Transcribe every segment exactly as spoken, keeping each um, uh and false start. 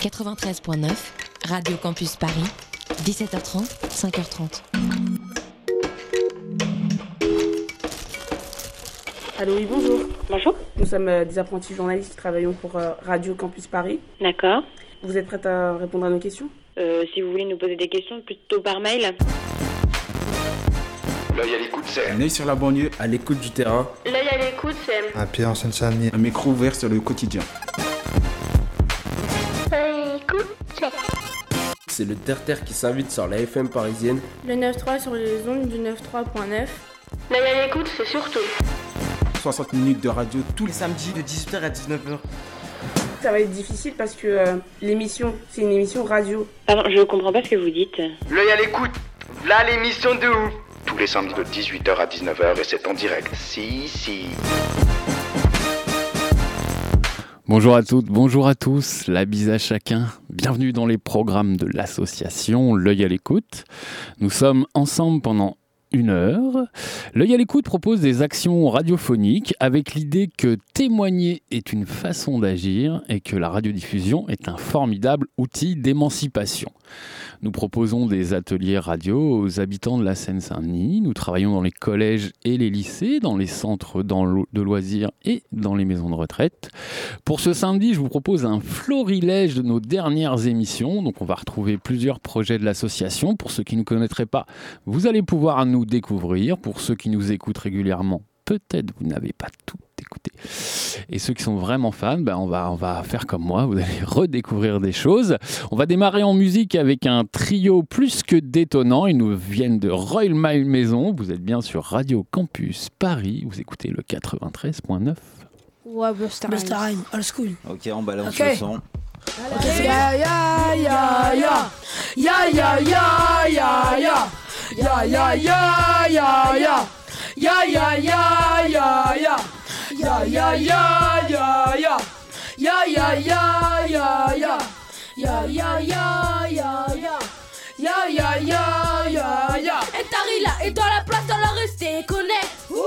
quatre-vingt-treize virgule neuf, Radio Campus Paris, dix-sept heures trente, cinq heures trente. Allô, oui, bonjour. Bonjour. Nous sommes euh, des apprentis journalistes qui travaillons pour euh, Radio Campus Paris. D'accord. Vous êtes prête à répondre à nos questions ? Euh, si vous voulez nous poser des questions, plutôt par mail. L'œil à l'écoute, c'est... Un œil sur la banlieue, à l'écoute du terrain. L'œil à l'écoute, c'est... Un pied en Seine-Saint-Denis. Un micro ouvert sur le quotidien. L'œil à l'écoute, c'est... C'est le terre-terre qui s'invite sur la F M parisienne. Le neuf trois sur les ondes du neuf trois point neuf. L'œil à l'écoute, c'est surtout... soixante minutes de radio tous les samedis de dix-huit heures à dix-neuf heures. Ça va être difficile parce que euh, l'émission, c'est une émission radio. Pardon, je comprends pas ce que vous dites. L'œil à l'écoute, là l'émission de ouf. Tous les samedis de dix-huit heures à dix-neuf heures et c'est en direct. Si, si. Bonjour à toutes, bonjour à tous, la bise à chacun. Bienvenue dans les programmes de l'association L'œil à l'écoute. Nous sommes ensemble pendant une heure. L'œil à l'écoute propose des actions radiophoniques avec l'idée que témoigner est une façon d'agir et que la radiodiffusion est un formidable outil d'émancipation. Nous proposons des ateliers radio aux habitants de la Seine-Saint-Denis. Nous travaillons dans les collèges et les lycées, dans les centres de loisirs et dans les maisons de retraite. Pour ce samedi, je vous propose un florilège de nos dernières émissions. Donc on va retrouver plusieurs projets de l'association. Pour ceux qui ne connaîtraient pas, vous allez pouvoir nous découvrir. Pour ceux qui nous écoutent régulièrement, peut-être vous n'avez pas tout écouté. Et ceux qui sont vraiment fans, ben on va, on va faire comme moi, vous allez redécouvrir des choses. On va démarrer en musique avec un trio plus que détonnant. Ils nous viennent de Royal Mile Maison. Vous êtes bien sur Radio Campus Paris. Vous écoutez le quatre-vingt-treize virgule neuf. Ouais, Busta Rhymes. Busta Rhymes, old school. Ok, on balance okay. le son. Okay. Ya ya ya ya ya ya ya ya ya ya ya ya ya ya ya ya ya ya ya Ya ya ya ya ya ya ya ya ya ya ya ya ya ya ya ya ya ya ya ya. Et Tarila est dans la place, dans la restée connect.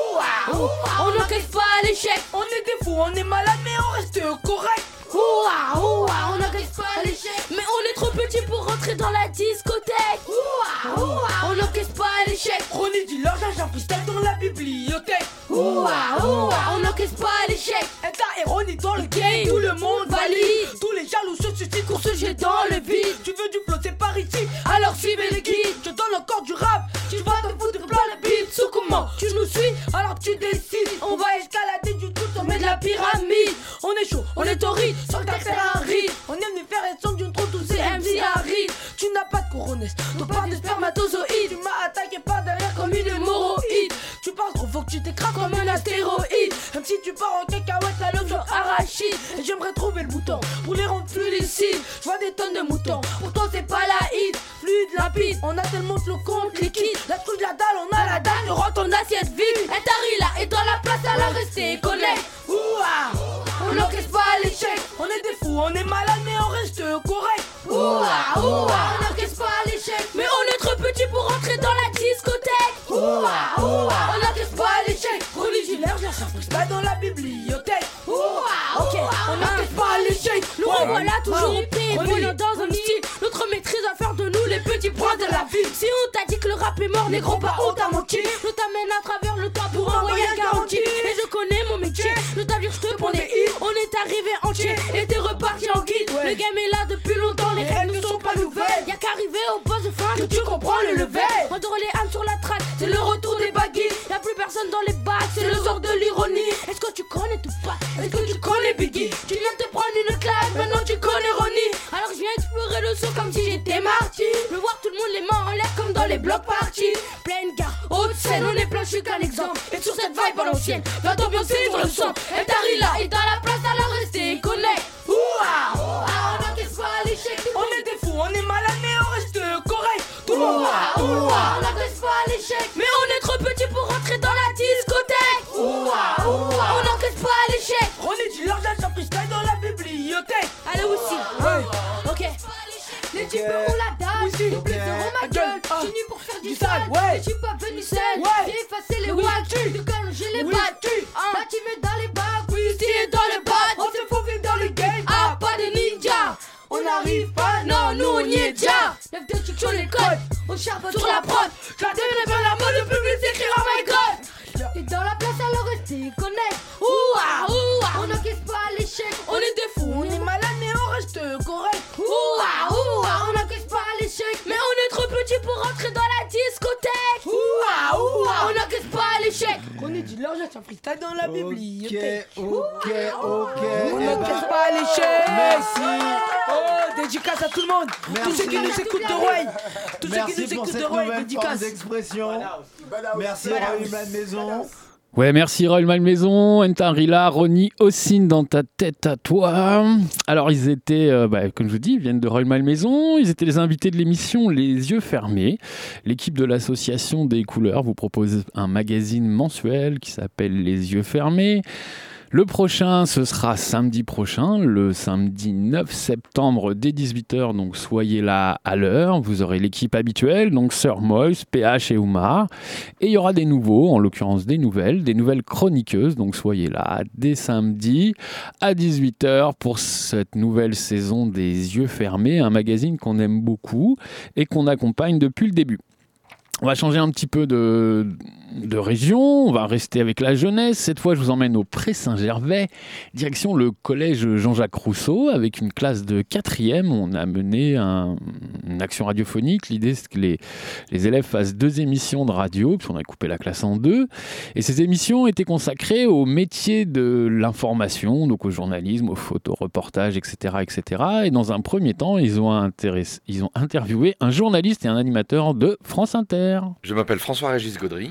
On n'encaisse pas l'échec. On est des fous, on est malade mais on reste correct. Ouah, ouah, on n'encaisse pas l'échec. Mais on est trop petit pour rentrer dans la discothèque. Ouah, ouah, on n'encaisse pas l'échec. Ronnie dit leur j'en freestyle dans la bibliothèque. Ouah, ouah, on n'encaisse pas l'échec. Et t'as Ronnie dans le game, tout le monde valide. Tous les jaloux se suicident pour se jeter dans le vide. Tu veux du flow, c'est par ici, alors suivez les guides. Je donne encore du rap, tu vas te foutre plein de beats. Sous comment tu nous suis, alors tu décides. On va escalader du tout sommet de la pyramide. On est chaud, on est torride, sans que t'accès à un ride. On aime nous faire un son d'une trop tous ces M C arrivent. Tu n'as pas de coronesse, donc pas de spermatozoïde. Tu m'as attaqué par derrière comme une hémorroïde. Tu parles trop, faut que tu t'écrases comme un astéroïde. Même si tu pars en cacahuète, la langue genre arachide. Et j'aimerais trouver le bouton pour les rendre plus lucides. Je vois des tonnes de moutons, pourtant c'est pas la hit. Fluide, limpide, on a tellement de compte liquide. La trouche de la dalle, on a la dalle, tu rentres ton assiette vide. Et Tarila est dans la place, à la rester connect. Ouah, on n'encaisse pas l'échec. On est des fous, on est malade mais on reste correct. Ouah, ouah, on n'encaisse pas l'échec. Mais on est trop petit pour rentrer dans la discothèque. Ouah, ouah, on n'encaisse pas l'échec. Religionnaire, j'ai un freestyle dans la bibliothèque. Ouah, ok, on n'encaisse pas l'échec. Nous revoilà toujours évoluant dans un style. Notre maîtrise va faire de nous les petits points de la vie. Si on t'a dit que le rap est mort, négro, pas on t'a menti. Je t'amène à travers le temps pour un voyage garanti. Et je connais mon métier, je t'assure je te prends des hits. On est arrivé entier et t'es reparti en guide. Le game est là depuis longtemps, les règles ne sont pas nouvelles. Y'a qu'arriver au boss de fin que tu comprends le level. On dort les âmes sur la track, c'est le retour des baguilles. Y'a plus personne dans les bacs, c'est le sort de l'ironie. Est-ce que tu connais tout pas? Est-ce que tu connais Biggie? Tu viens de te prendre une claque, maintenant tu connais Ronnie. Alors je viens explorer le son comme si j'étais Marty. Je vois tout le monde les mains en l'air comme dans les blocs parties. Pleine gare, haute scène, on est plein, je suis qu'un exemple. Et sur cette vibe à l'ancienne, va t'ambiancer sur le son. Et Tarila est dans la place, alors restez connect. Ouah, ouah, on n'encaisse pas l'échec. On est des fous, on est malade mais on reste correct. Ouah, ouah, on n'encaisse pas l'échec. Mais on est trop petit pour rentrer dans la discothèque. Ouah, ouah, on n'encaisse pas l'échec. Ronnie dit leur j'ai un freestyle dans la bibliothèque. Allez aussi, ouais. Ok. Les types ont la dalle, les auront ma gueule. Fini pour faire du sale, les types pas venus seuls. Viens effacer les wack, de calmer les battes. La team est dans les bacs, oui, ici est dans le bad. On se faufile dans le game, ah pas de ninja. On a arrive pas, non, nous on y est déjà. neuf deux chic sur les codes, on charbonne sur la prod. La télé pas la mode, le public s'écrit oh my god. T'es dans la place alors restez connect. Ouah, ouah, on n'encaisse pas l'échec. On est des fous, on est malade mais on reste correct. Ouah, ouah, on n'encaisse pas l'échec. Mais on est trop petit pour rentrer dans la discothèque. Ouah, ouah, on n'encaisse pas l'échec. On est du large, c'est un freestyle dans la bibliothèque. Ok, ok, ok. On n'encaisse pas l'échec. Merci. Oh, dédicace à tout le monde. Merci. Tous ceux qui nous écoutent de Roy. Tous ceux qui nous écoutent de Roy, dédicace. D'expression. Merci Raoul Malmaison. Ouais, merci Royal Malmaison, Ntarila, Ronnie Ossine dans ta tête à toi. Alors ils étaient, euh, bah, comme je vous dis, ils viennent de Royal Malmaison, ils étaient les invités de l'émission Les Yeux Fermés. L'équipe de l'association des couleurs vous propose un magazine mensuel qui s'appelle Les Yeux Fermés. Le prochain, ce sera samedi prochain, le samedi neuf septembre dès dix-huit heures, donc soyez là à l'heure. Vous aurez l'équipe habituelle, donc Sir Moïse, P H et Oumar. Et il y aura des nouveaux, en l'occurrence des nouvelles, des nouvelles chroniqueuses, donc soyez là dès samedi à dix-huit heures pour cette nouvelle saison des Yeux Fermés, un magazine qu'on aime beaucoup et qu'on accompagne depuis le début. On va changer un petit peu de, de région, on va rester avec la jeunesse. Cette fois, je vous emmène au Pré-Saint-Gervais, direction le collège Jean-Jacques Rousseau, avec une classe de quatrième. On a mené un, une action radiophonique. L'idée, c'est que les, les élèves fassent deux émissions de radio, puis on a coupé la classe en deux. Et ces émissions étaient consacrées au métier de l'information, donc au journalisme, au photoreportage, et cetera, et cetera. Et dans un premier temps, ils ont, intéress- ils ont interviewé un journaliste et un animateur de France Inter. Je m'appelle François-Régis Gaudry,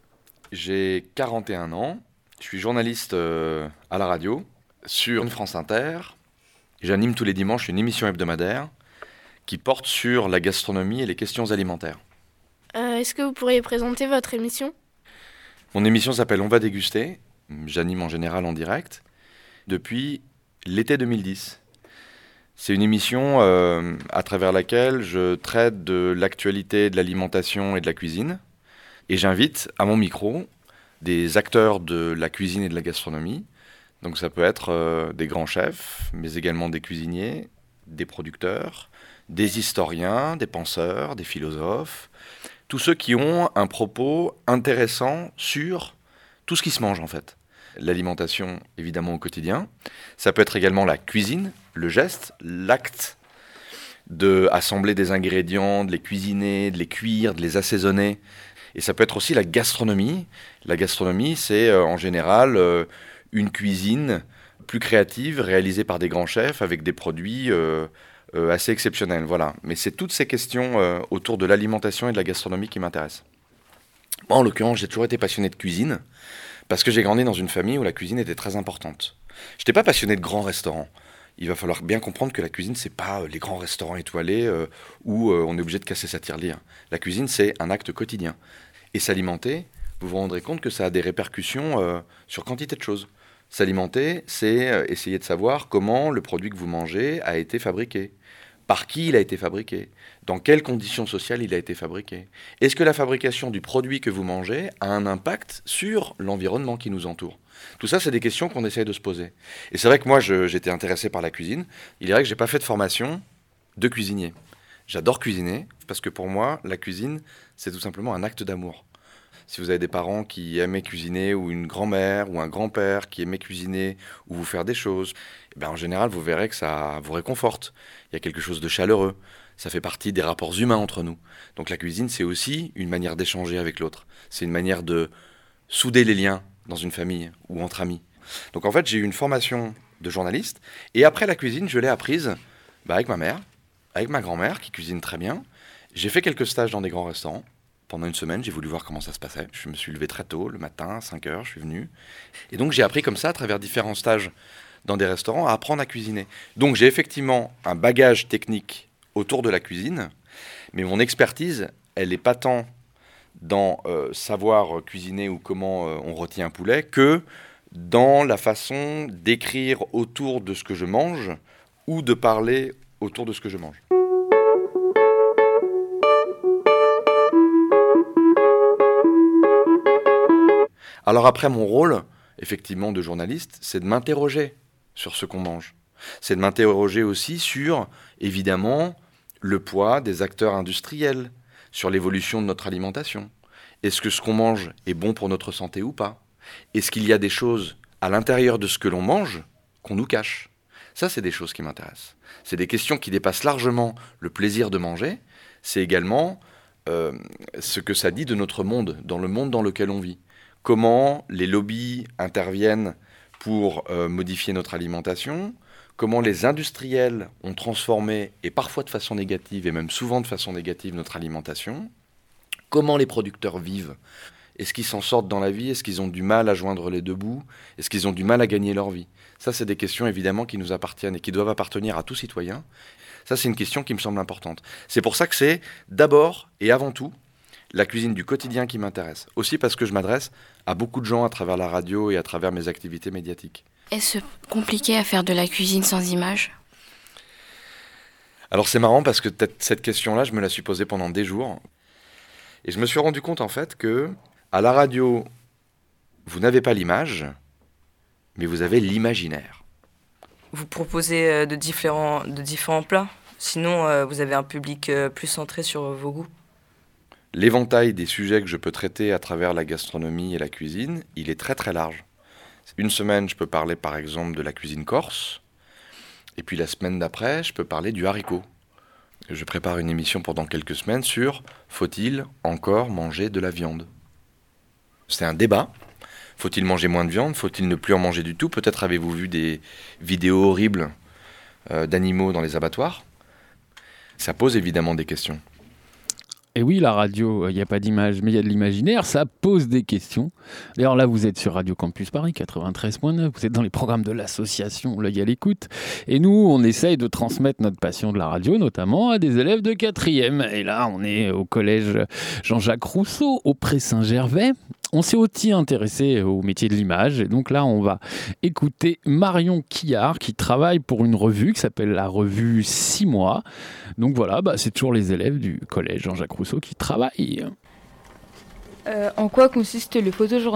j'ai quarante et un ans, je suis journaliste euh, à la radio sur France Inter. J'anime tous les dimanches une émission hebdomadaire qui porte sur la gastronomie et les questions alimentaires. Euh, est-ce que vous pourriez présenter votre émission ? Mon émission s'appelle On va déguster, j'anime en général en direct, depuis l'été deux mille dix. C'est une émission euh, à travers laquelle je traite de l'actualité de l'alimentation et de la cuisine. Et j'invite à mon micro des acteurs de la cuisine et de la gastronomie. Donc ça peut être euh, des grands chefs, mais également des cuisiniers, des producteurs, des historiens, des penseurs, des philosophes. Tous ceux qui ont un propos intéressant sur tout ce qui se mange en fait. L'alimentation, évidemment, au quotidien. Ça peut être également la cuisine, le geste, l'acte de assembler des ingrédients, de les cuisiner, de les cuire, de les assaisonner. Et ça peut être aussi la gastronomie. La gastronomie, c'est euh, en général euh, une cuisine plus créative, réalisée par des grands chefs, avec des produits euh, euh, assez exceptionnels. Voilà. Mais c'est toutes ces questions euh, autour de l'alimentation et de la gastronomie qui m'intéressent. Moi, en l'occurrence, j'ai toujours été passionné de cuisine, parce que j'ai grandi dans une famille où la cuisine était très importante. Je n'étais pas passionné de grands restaurants. Il va falloir bien comprendre que la cuisine, c'est pas les grands restaurants étoilés euh, où euh, on est obligé de casser sa tirelire. La cuisine, c'est un acte quotidien. Et s'alimenter, vous vous rendrez compte que ça a des répercussions euh, sur quantité de choses. S'alimenter, c'est euh, essayer de savoir comment le produit que vous mangez a été fabriqué. Par qui il a été fabriqué ? Dans quelles conditions sociales il a été fabriqué ? Est-ce que la fabrication du produit que vous mangez a un impact sur l'environnement qui nous entoure ? Tout ça, c'est des questions qu'on essaye de se poser. Et c'est vrai que moi, je, j'étais intéressé par la cuisine. Il est vrai que je n'ai pas fait de formation de cuisinier. J'adore cuisiner, parce que pour moi, la cuisine, c'est tout simplement un acte d'amour. Si vous avez des parents qui aimaient cuisiner, ou une grand-mère, ou un grand-père qui aimait cuisiner, ou vous faire des choses, eh bien, en général, vous verrez que ça vous réconforte. Il y a quelque chose de chaleureux. Ça fait partie des rapports humains entre nous. Donc la cuisine, c'est aussi une manière d'échanger avec l'autre. C'est une manière de souder les liens dans une famille ou entre amis. Donc en fait, j'ai eu une formation de journaliste. Et après la cuisine, je l'ai apprise bah, avec ma mère, avec ma grand-mère qui cuisine très bien. J'ai fait quelques stages dans des grands restaurants. Pendant une semaine, j'ai voulu voir comment ça se passait. Je me suis levé très tôt, le matin, à cinq heures, je suis venu. Et donc j'ai appris comme ça, à travers différents stages dans des restaurants, à apprendre à cuisiner. Donc j'ai effectivement un bagage technique autour de la cuisine, mais mon expertise, elle n'est pas tant dans euh, savoir cuisiner ou comment euh, on rôtit un poulet, que dans la façon d'écrire autour de ce que je mange ou de parler autour de ce que je mange. Alors après, mon rôle, effectivement, de journaliste, c'est de m'interroger sur ce qu'on mange. C'est de m'interroger aussi sur, évidemment, le poids des acteurs industriels, sur l'évolution de notre alimentation. Est-ce que ce qu'on mange est bon pour notre santé ou pas ? Est-ce qu'il y a des choses à l'intérieur de ce que l'on mange qu'on nous cache ? Ça, c'est des choses qui m'intéressent. C'est des questions qui dépassent largement le plaisir de manger. C'est également euh, ce que ça dit de notre monde, dans le monde dans lequel on vit. Comment les lobbies interviennent pour euh, modifier notre alimentation, comment les industriels ont transformé, et parfois de façon négative, et même souvent de façon négative, notre alimentation, comment les producteurs vivent. Est-ce qu'ils s'en sortent dans la vie ? Est-ce qu'ils ont du mal à joindre les deux bouts ? Est-ce qu'ils ont du mal à gagner leur vie ? Ça, c'est des questions évidemment qui nous appartiennent et qui doivent appartenir à tout citoyen. Ça, c'est une question qui me semble importante. C'est pour ça que c'est d'abord et avant tout la cuisine du quotidien qui m'intéresse. Aussi parce que je m'adresse à beaucoup de gens à travers la radio et à travers mes activités médiatiques. Est-ce compliqué à faire de la cuisine sans images ? Alors c'est marrant parce que cette question-là, je me la suis posée pendant des jours. Et je me suis rendu compte en fait que à la radio, vous n'avez pas l'image, mais vous avez l'imaginaire. Vous proposez de différents, de différents plats ? Sinon, vous avez un public plus centré sur vos goûts ? L'éventail des sujets que je peux traiter à travers la gastronomie et la cuisine, il est très très large. Une semaine, je peux parler par exemple de la cuisine corse, et puis la semaine d'après, je peux parler du haricot. Je prépare une émission pendant quelques semaines sur « Faut-il encore manger de la viande ?» C'est un débat. Faut-il manger moins de viande ? Faut-il ne plus en manger du tout ? Peut-être avez-vous vu des vidéos horribles euh, d'animaux dans les abattoirs. Ça pose évidemment des questions. Et oui, la radio, il n'y a pas d'image, mais il y a de l'imaginaire, ça pose des questions. D'ailleurs, là, vous êtes sur Radio Campus Paris, quatre-vingt-treize point neuf, vous êtes dans les programmes de l'association L'Œil à l'écoute. Et nous, on essaye de transmettre notre passion de la radio, notamment à des élèves de quatrième. Et là, on est au collège Jean-Jacques Rousseau, au Pré-Saint-Gervais. On s'est aussi intéressé au métier de l'image. Et donc là, on va écouter Marion Quillard, qui travaille pour une revue qui s'appelle la revue six mois. Donc voilà, bah, c'est toujours les élèves du collège Jean-Jacques Rousseau qui travaillent. Euh, en quoi consiste le photojournalisme ?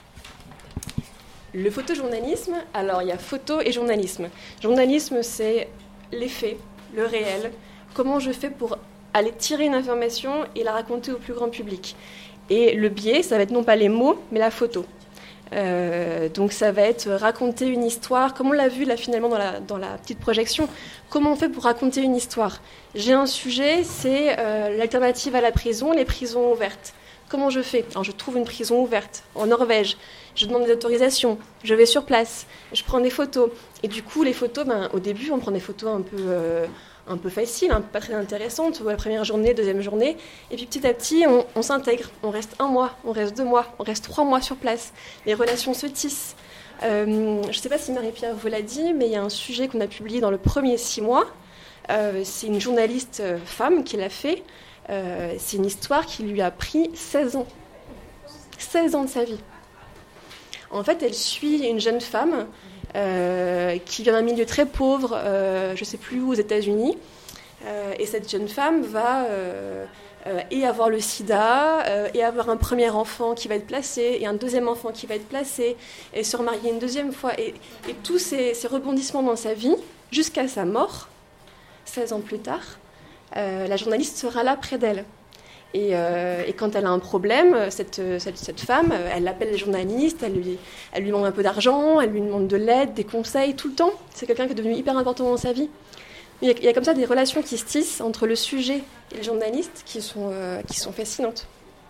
Le photojournalisme, alors il y a photo et journalisme. Journalisme, c'est les faits, le réel. Comment je fais pour aller tirer une information et la raconter au plus grand public. Et le biais, ça va être non pas les mots, mais la photo. Euh, donc ça va être raconter une histoire, comme on l'a vu là finalement dans la, dans la petite projection. Comment on fait pour raconter une histoire ? J'ai un sujet, c'est euh, l'alternative à la prison, les prisons ouvertes. Comment je fais ? Alors je trouve une prison ouverte en Norvège, je demande des autorisations, je vais sur place, je prends des photos. Et du coup les photos, ben, au début on prend des photos un peu... Euh, un peu facile, hein, pas très intéressante, la première journée, deuxième journée, et puis petit à petit, on, on s'intègre, on reste un mois, on reste deux mois, on reste trois mois sur place, les relations se tissent. Euh, je ne sais pas si Marie-Pierre vous l'a dit, mais il y a un sujet qu'on a publié dans le premier six mois, euh, c'est une journaliste euh, femme qui l'a fait, euh, c'est une histoire qui lui a pris seize ans, seize ans de sa vie. En fait, elle suit une jeune femme Euh, qui vient d'un milieu très pauvre, euh, je ne sais plus où, aux États-Unis. Euh, et cette jeune femme va euh, euh, et avoir le sida, euh, et avoir un premier enfant qui va être placé, et un deuxième enfant qui va être placé, et se remarier une deuxième fois. Et, et tous ces, ces rebondissements dans sa vie, jusqu'à sa mort, seize ans plus tard, euh, la journaliste sera là près d'elle. Et, euh, et quand elle a un problème, cette, cette, cette femme, elle appelle les journalistes, elle lui, elle lui demande un peu d'argent, elle lui demande de l'aide, des conseils, tout le temps. C'est quelqu'un qui est devenu hyper important dans sa vie. Il y a, il y a comme ça des relations qui se tissent entre le sujet et le journaliste qui sont, euh, qui sont fascinantes.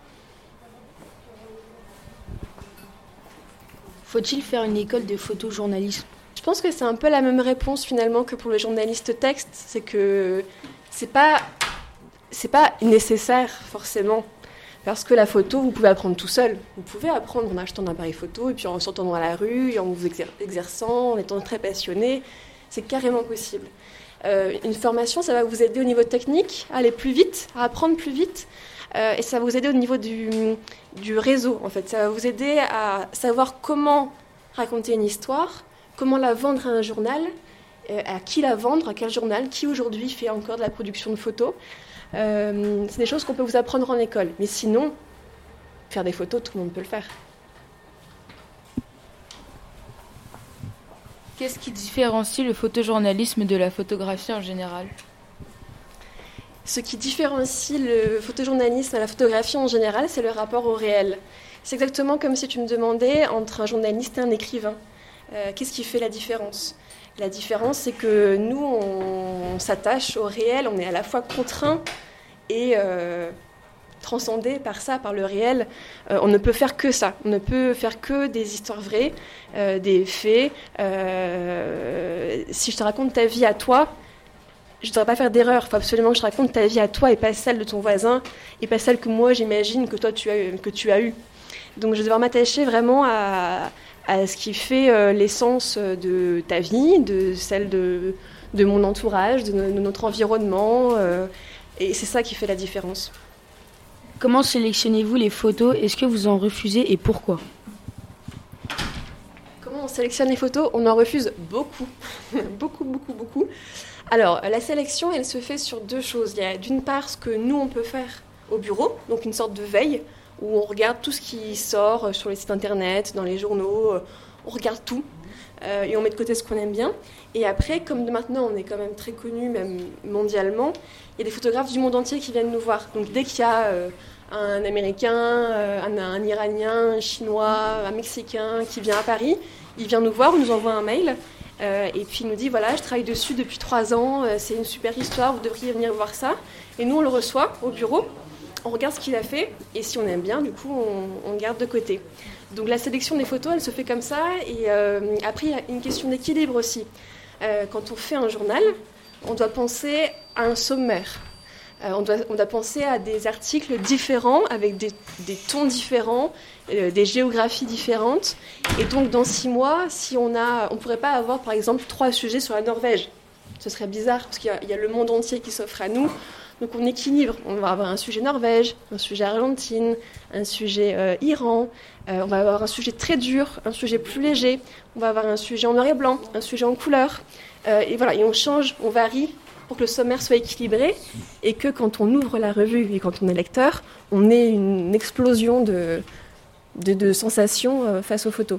Faut-il faire une école de photojournalisme ? Je pense que c'est un peu la même réponse finalement que pour le journaliste texte. C'est que c'est pas... c'est pas nécessaire forcément, parce que la photo, vous pouvez apprendre tout seul. Vous pouvez apprendre en achetant un appareil photo, et puis en sortant dans la rue, et en vous exer- exerçant, en étant très passionné. C'est carrément possible. Euh, une formation, ça va vous aider au niveau technique, à aller plus vite, à apprendre plus vite, euh, et ça va vous aider au niveau du, du réseau, en fait. Ça va vous aider à savoir comment raconter une histoire, comment la vendre à un journal, euh, à qui la vendre, à quel journal, qui aujourd'hui fait encore de la production de photos. Euh, c'est des choses qu'on peut vous apprendre en école. Mais sinon, faire des photos, tout le monde peut le faire. Qu'est-ce qui différencie le photojournalisme de la photographie en général ? Ce qui différencie le photojournalisme et la photographie en général, c'est le rapport au réel. C'est exactement comme si tu me demandais entre un journaliste et un écrivain. Euh, qu'est-ce qui fait la différence ? La différence, c'est que nous, on, on s'attache au réel, on est à la fois contraint et euh, transcendé par ça, par le réel. Euh, on ne peut faire que ça, on ne peut faire que des histoires vraies, euh, des faits. Euh, si je te raconte ta vie à toi, je ne devrais pas faire d'erreur. Il faut absolument que je raconte ta vie à toi et pas celle de ton voisin et pas celle que moi j'imagine que toi tu as, que tu as eue. Donc je vais devoir m'attacher vraiment à, à ce qui fait euh, l'essence de ta vie, de celle de, de mon entourage, de, de notre environnement. Euh, et c'est ça qui fait la différence. Comment sélectionnez-vous les photos ? Est-ce que vous en refusez et pourquoi ? Comment on sélectionne les photos ? On en refuse beaucoup. beaucoup, beaucoup, beaucoup. Alors, la sélection, elle se fait sur deux choses. Il y a d'une part ce que nous, on peut faire au bureau, donc une sorte de veille, où on regarde tout ce qui sort sur les sites internet, dans les journaux, on regarde tout, euh, et on met de côté ce qu'on aime bien. Et après, comme de maintenant, on est quand même très connu, même mondialement, il y a des photographes du monde entier qui viennent nous voir. Donc dès qu'il y a euh, un Américain, euh, un, un Iranien, un Chinois, un Mexicain qui vient à Paris, il vient nous voir, on nous envoie un mail, Euh, et puis il nous dit voilà, je travaille dessus depuis trois ans, euh, c'est une super histoire, vous devriez venir voir ça. Et nous on le reçoit au bureau, on regarde ce qu'il a fait et si on aime bien, du coup on, on garde de côté. Donc la sélection des photos, elle se fait comme ça. Et euh, après il y a une question d'équilibre aussi. Euh, quand on fait un journal, on doit penser à un sommaire. Euh, on, doit, on doit penser à des articles différents, avec des, des tons différents, euh, des géographies différentes. Et donc, dans six mois, si on a, on ne pourrait pas avoir, par exemple, trois sujets sur la Norvège. Ce serait bizarre, parce qu'il y a, il y a le monde entier qui s'offre à nous. Donc, on équilibre. On va avoir un sujet Norvège, un sujet Argentine, un sujet euh, Iran. Euh, on va avoir un sujet très dur, un sujet plus léger. On va avoir un sujet en noir et blanc, un sujet en couleur. Euh, et voilà, et on change, on varie, pour que le sommaire soit équilibré et que quand on ouvre la revue et quand on est lecteur, on ait une explosion de, de, de sensations euh, face aux photos.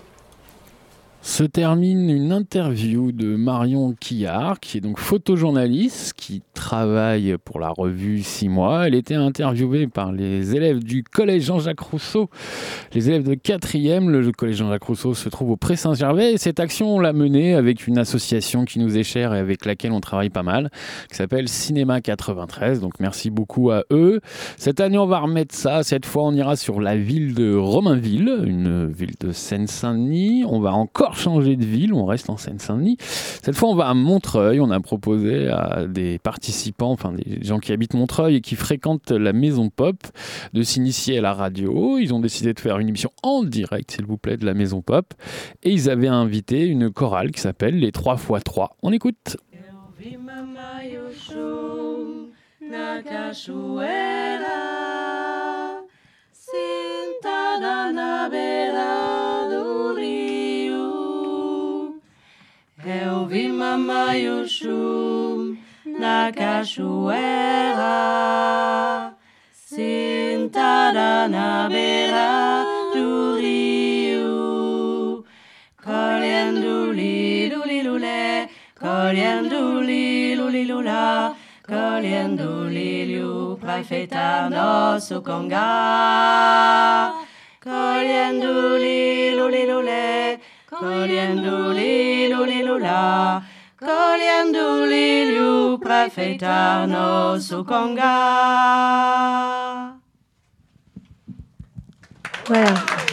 Se termine une interview de Marion Quillard, qui est donc photojournaliste, qui travaille pour la revue six mois. Elle était interviewée par les élèves du collège Jean-Jacques Rousseau, les élèves de quatrième. Le collège Jean-Jacques Rousseau se trouve au Pré-Saint-Gervais. Et cette action, on l'a menée avec une association qui nous est chère et avec laquelle on travaille pas mal, qui s'appelle Cinéma quatre-vingt-treize. Donc merci beaucoup à eux. Cette année, on va remettre ça. Cette fois, on ira sur la ville de Romainville, une ville de Seine-Saint-Denis. On va encore changer de ville, on reste en Seine-Saint-Denis. Cette fois, on va à Montreuil. On a proposé à des participants, enfin des gens qui habitent Montreuil et qui fréquentent la Maison Pop, de s'initier à la radio. Ils ont décidé de faire une émission en direct, s'il vous plaît, de la Maison Pop. Et ils avaient invité une chorale qui s'appelle Les trois fois trois. On écoute. Eu vi mamãe o chum na cachoeira, sentada na beira do rio, colhendo lilulilulé, colhendo lilulilulá, colhendo lírio pra enfeitar nosso congá, colhendo lilulilulé, colhendo lilulilulá, colhendo lírio pra enfeitar nosso congá. Voilà.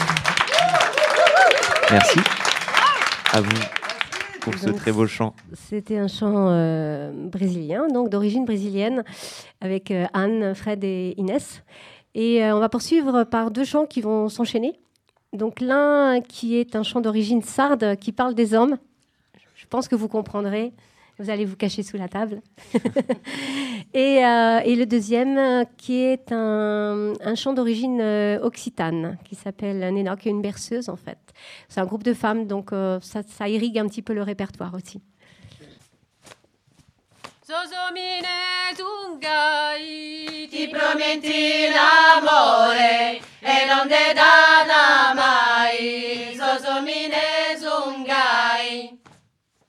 Merci à vous pour ce Donc, très beau chant. C'était un chant euh, brésilien, donc d'origine brésilienne, avec euh, Anne, Fred et Inès. Et euh, on va poursuivre par deux chants qui vont s'enchaîner. Donc l'un qui est un chant d'origine sarde qui parle des hommes. Je pense que vous comprendrez. Vous allez vous cacher sous la table. et, euh, et le deuxième qui est un, un chant d'origine euh, occitane qui s'appelle Nénoc, qui est une berceuse en fait. C'est un groupe de femmes, donc euh, ça, ça irrigue un petit peu le répertoire aussi. Sosomine zungai, ti prometti l'amore e non te dà mai. Sosomine zungai.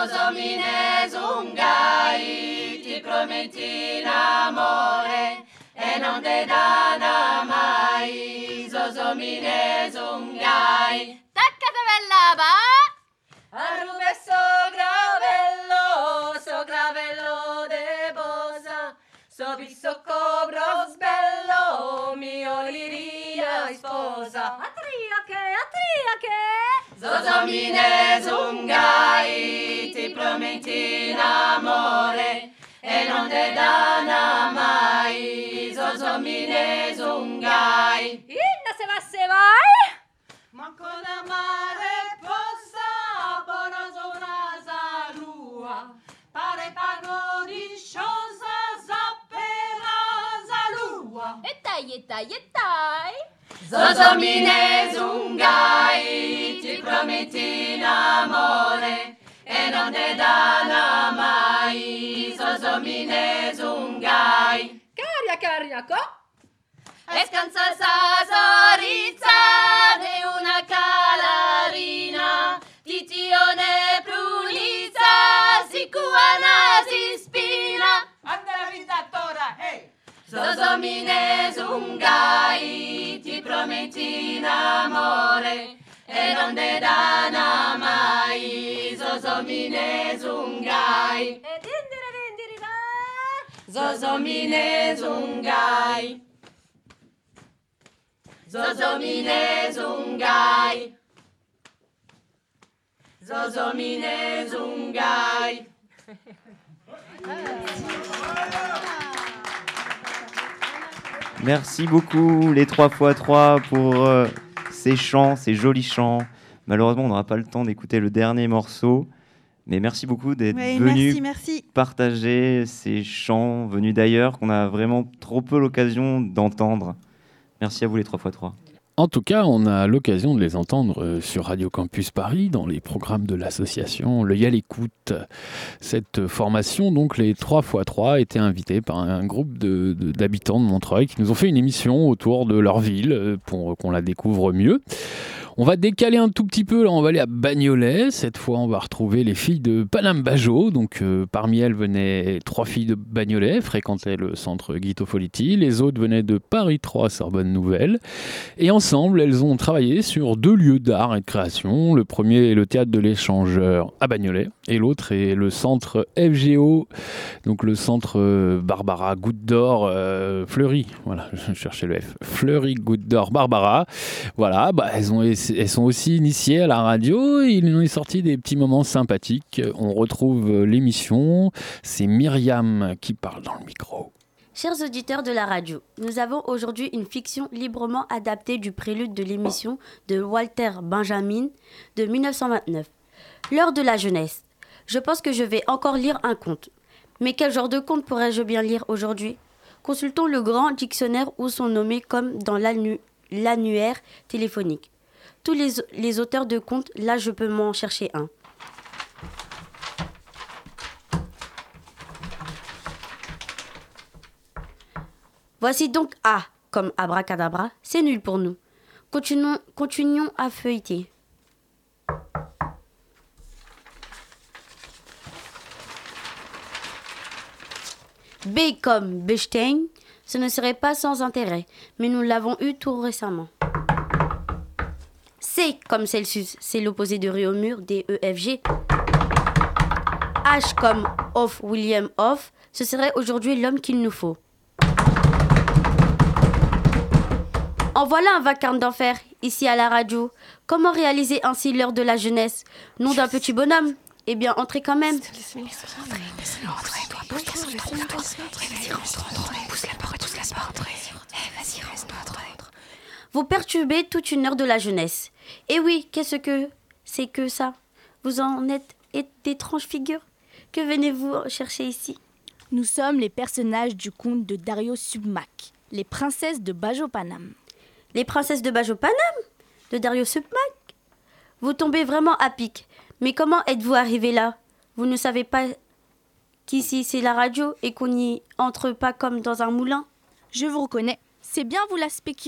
Zozomine zungai, ti prometti l'amore e non te danno mai. Zozomine zungai. Taccate bella ba! Arrube so gravello, so gravello de bosa, so visto cobro sbello, mio liria sposa. Atria che, atria che! Zozomine zungai, ti prometti l'amore e non te danno mai. Zozomine zungai. Inna se va se vai! Ma con amare possa, poroso una zalua, pare pago di sciosa, zappera zalua. E dai, e dai, e dai! Zozomine zungai, ti prometti l'amore e non te danno mai. Zozomine zungai. Caria, caria, co? E scansa sa sorizza de una calarina, titione prulizza, sicuana si spina. Andrea Vidatora, ehi! Zozomine zungai, ti prometti l'amore e non te danno mai. Zozomine zungai. E dindiri dindiri da. Zozomine zungai. Zozomine zungai. Zozomine zungai. Merci beaucoup les trois fois trois pour euh, ces chants, ces jolis chants. Malheureusement, on n'aura pas le temps d'écouter le dernier morceau. Mais merci beaucoup d'être oui, venu merci, merci. partager ces chants venus d'ailleurs qu'on a vraiment trop peu l'occasion d'entendre. Merci à vous les trois fois trois. En tout cas, on a l'occasion de les entendre sur Radio Campus Paris, dans les programmes de l'association L'œil à l'écoute. Cette formation, donc les trois fois trois, était invitée par un groupe de, de, d'habitants de Montreuil qui nous ont fait une émission autour de leur ville pour qu'on la découvre mieux. On va décaler un tout petit peu, là on va aller à Bagnolet. Cette fois on va retrouver les filles de Paname Bajo. Donc euh, parmi elles venaient trois filles de Bagnolet, fréquentaient le centre Guito Foliti. Les autres venaient de Paris trois, Sorbonne Nouvelle. Et ensemble elles ont travaillé sur deux lieux d'art et de création. Le premier est le théâtre de l'Échangeur à Bagnolet et l'autre est le centre F G O, donc le centre euh, Barbara Goutte d'Or euh, Fleury. Voilà, je cherchais le F. Fleury Goutte d'Or Barbara. Voilà, bah elles ont Elles sont aussi initiées à la radio. Il en est sorti des petits moments sympathiques. On retrouve l'émission. C'est Myriam qui parle dans le micro. Chers auditeurs de la radio, nous avons aujourd'hui une fiction librement adaptée du prélude de l'émission de Walter Benjamin de dix-neuf cent vingt-neuf. L'heure de la jeunesse. Je pense que je vais encore lire un conte. Mais quel genre de conte pourrais-je bien lire aujourd'hui ? Consultons le grand dictionnaire où sont nommés comme dans l'annu- l'annuaire téléphonique. Tous les, les auteurs de contes, là je peux m'en chercher un. Voici donc A, comme abracadabra, c'est nul pour nous. Continuons, continuons à feuilleter. B comme Bechstein, ce ne serait pas sans intérêt, mais nous l'avons eu tout récemment. C comme Celsius, c'est l'opposé de Réaumur, D E F G. H comme Off, William Off, ce serait aujourd'hui l'homme qu'il nous faut. En voilà un vacarme d'enfer, ici à la radio. Comment réaliser ainsi l'heure de la jeunesse ? Nom d'un petit bonhomme ? Eh bien, entrez quand même. Vous perturbez toute une heure de la jeunesse. Et oui, qu'est-ce que c'est que ça ? Vous en êtes d'étranges figures. Que venez-vous chercher ici ? Nous sommes les personnages du conte de Dario Submak, les princesses de Bajo Panam. Les princesses de Bajo Panam ? De Dario Submak ? Vous tombez vraiment à pic. Mais comment êtes-vous arrivé là ? Vous ne savez pas qu'ici c'est la radio et qu'on n'y entre pas comme dans un moulin ? Je vous reconnais. C'est bien vous la Spékirine ?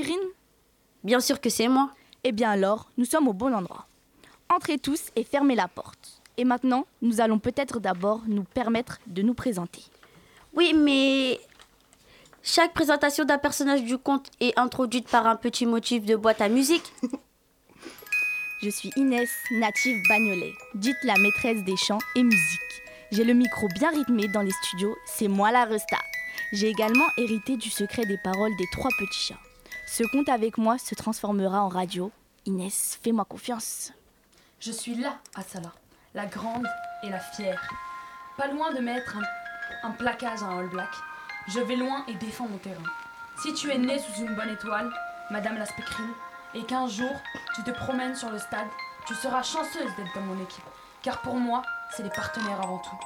Bien sûr que c'est moi. Eh bien alors, nous sommes au bon endroit. Entrez tous et fermez la porte. Et maintenant, nous allons peut-être d'abord nous permettre de nous présenter. Oui, mais chaque présentation d'un personnage du conte est introduite par un petit motif de boîte à musique. Je suis Inès, native Bagnolet, dite la maîtresse des chants et musique. J'ai le micro bien rythmé dans les studios, c'est moi la resta. J'ai également hérité du secret des paroles des trois petits chats. Ce conte avec moi se transformera en radio. Inès, fais-moi confiance. Je suis là, Asala, la grande et la fière. Pas loin de mettre un, un plaquage à un All Black. Je vais loin et défends mon terrain. Si tu es née sous une bonne étoile, Madame la Spécrine, et qu'un jour tu te promènes sur le stade, tu seras chanceuse d'être dans mon équipe. Car pour moi, c'est les partenaires avant tout.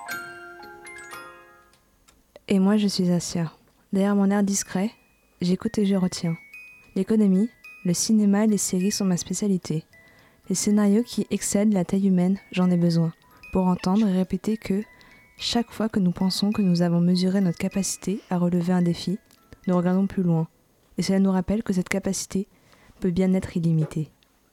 Et moi, je suis Asia. Derrière mon air discret, j'écoute et je retiens. L'économie, le cinéma et les séries sont ma spécialité. Les scénarios qui excèdent la taille humaine, j'en ai besoin, pour entendre et répéter que, chaque fois que nous pensons que nous avons mesuré notre capacité à relever un défi, nous regardons plus loin. Et cela nous rappelle que cette capacité peut bien être illimitée.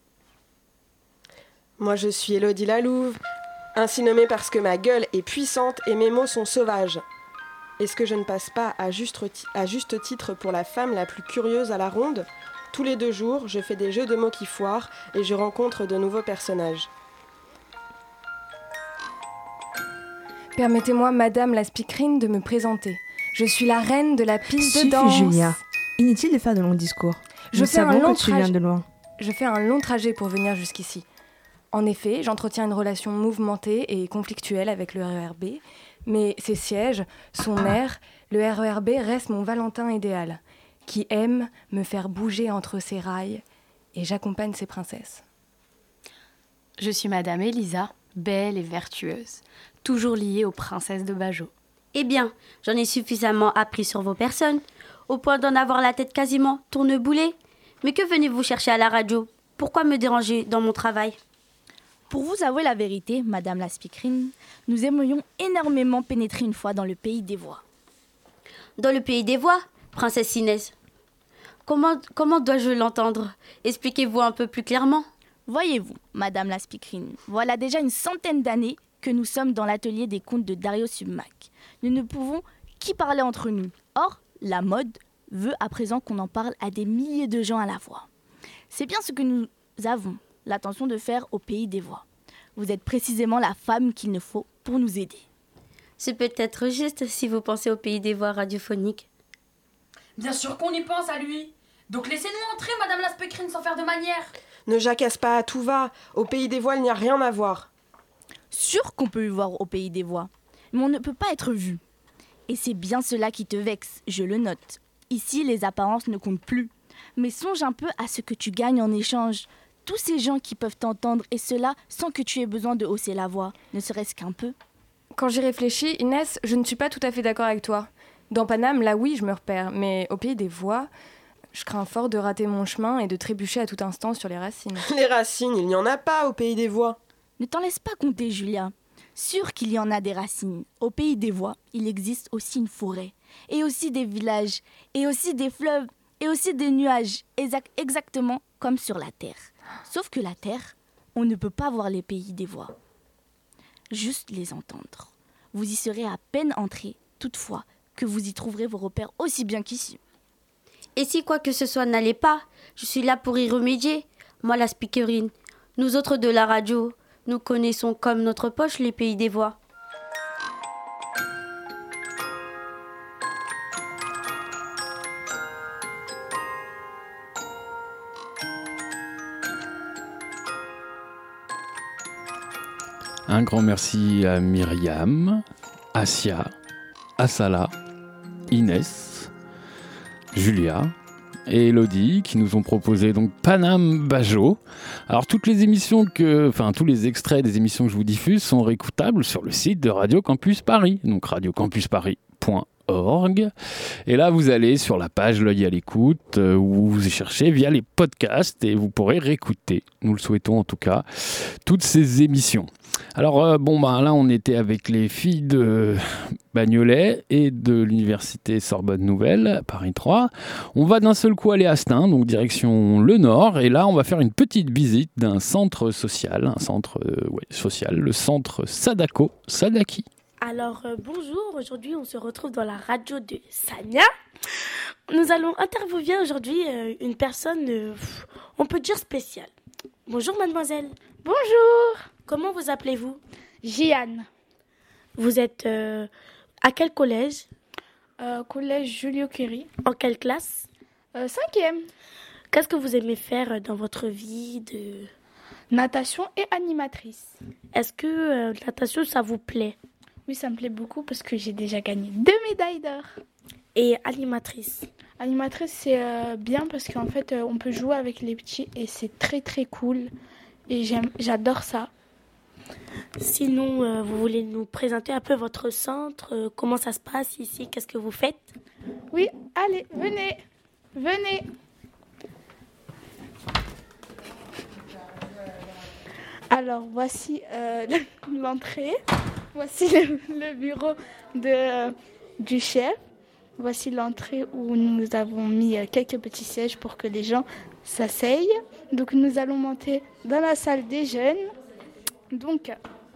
Moi je suis Élodie Lalouve, ainsi nommée parce que ma gueule est puissante et mes mots sont sauvages. Est-ce que je ne passe pas à juste, à juste titre pour la femme la plus curieuse à la ronde ? Tous les deux jours, je fais des jeux de mots qui foirent et je rencontre de nouveaux personnages. Permettez-moi, Madame la Spécrine, de me présenter. Je suis la reine de la piste Suffit, de danse. Julia. Inutile de faire de longs discours. Je Nous fais un savons long que tu viens de loin. Je fais un long trajet pour venir jusqu'ici. En effet, j'entretiens une relation mouvementée et conflictuelle avec le R E R B, mais ses sièges, son air, le R E R B reste mon Valentin idéal, qui aime me faire bouger entre ses rails, et j'accompagne ses princesses. Je suis Madame Elisa, belle et vertueuse, toujours liée aux princesses de Bajau. Eh bien, j'en ai suffisamment appris sur vos personnes, au point d'en avoir la tête quasiment tourneboulée. Mais que venez-vous chercher à la radio ? Pourquoi me déranger dans mon travail ? Pour vous avouer la vérité, Madame la Spécrine, nous aimerions énormément pénétrer une fois dans le pays des voix. Dans le pays des voix, princesse Inès ? Comment, comment dois-je l'entendre ? Expliquez-vous un peu plus clairement. Voyez-vous, Madame la Spécrine, voilà déjà une centaine d'années que nous sommes dans l'atelier des contes de Dario Submac. Nous ne pouvons qu'y parler entre nous. Or, la mode veut à présent qu'on en parle à des milliers de gens à la fois. C'est bien ce que nous avons l'intention de faire au pays des voix. Vous êtes précisément la femme qu'il nous faut pour nous aider. C'est peut-être juste si vous pensez au pays des voix radiophoniques. Bien sûr qu'on y pense à lui. Donc laissez-nous entrer, Madame la Spécrine, sans faire de manière. Ne jacasse pas à tout va. Au pays des voix, il n'y a rien à voir. Sûr qu'on peut y voir au pays des voix, mais on ne peut pas être vu. Et c'est bien cela qui te vexe, je le note. Ici, les apparences ne comptent plus. Mais songe un peu à ce que tu gagnes en échange. Tous ces gens qui peuvent t'entendre, et cela sans que tu aies besoin de hausser la voix, ne serait-ce qu'un peu. Quand j'y réfléchis, Inès, je ne suis pas tout à fait d'accord avec toi. Dans Paname, là oui, je me repère, mais au pays des voix, je crains fort de rater mon chemin et de trébucher à tout instant sur les racines. Les racines, il n'y en a pas au pays des voix. Ne t'en laisse pas compter, Julia. Sûr qu'il y en a des racines. Au pays des voix, il existe aussi une forêt, et aussi des villages, et aussi des fleuves, et aussi des nuages, exact- exactement comme sur la terre. Sauf que la terre, on ne peut pas voir les pays des voix. Juste les entendre. Vous y serez à peine entrés, toutefois, que vous y trouverez vos repères aussi bien qu'ici. Et si quoi que ce soit n'allait pas, je suis là pour y remédier. Moi, la speakerine. Nous autres de la radio, nous connaissons comme notre poche les pays des voix. Un grand merci à Myriam, Asia, Asala, Inès, Julia et Elodie qui nous ont proposé donc Paname Bajau. Alors toutes les émissions que, enfin tous les extraits des émissions que je vous diffuse sont réécoutables sur le site de Radio Campus Paris, donc radio campus paris point org. Et là, vous allez sur la page L'œil à l'écoute, euh, où vous cherchez via les podcasts et vous pourrez réécouter, nous le souhaitons en tout cas, toutes ces émissions. Alors, euh, bon, bah, là, on était avec les filles de Bagnolet et de l'université Sorbonne Nouvelle, Paris trois. On va d'un seul coup aller à Stein, donc direction le nord. Et là, on va faire une petite visite d'un centre social, un centre euh, ouais, social, le centre Sadako, Sadaki. Alors, euh, bonjour, aujourd'hui on se retrouve dans la radio de Sania. Nous allons interviewer aujourd'hui euh, une personne, euh, on peut dire spéciale. Bonjour mademoiselle. Bonjour. Comment vous appelez-vous? Jeanne. Vous êtes euh, à quel collège? euh, Collège Julio Curie. En quelle classe? euh, Cinquième. Qu'est-ce que vous aimez faire dans votre vie de... Natation et animatrice. Est-ce que euh, natation ça vous plaît? Oui, ça me plaît beaucoup parce que j'ai déjà gagné deux médailles d'or. Et animatrice? Animatrice, c'est euh, bien parce qu'en fait, euh, on peut jouer avec les petits et c'est très très cool. Et j'aime, j'adore ça. Sinon, euh, vous voulez nous présenter un peu votre centre? euh, Comment ça se passe ici? Qu'est-ce que vous faites? Oui, allez, venez, venez. Alors, voici euh, l'entrée. Voici le, le bureau de, du chef. Voici l'entrée où nous avons mis quelques petits sièges pour que les gens s'asseyent. Donc nous allons monter dans la salle des jeunes. Donc,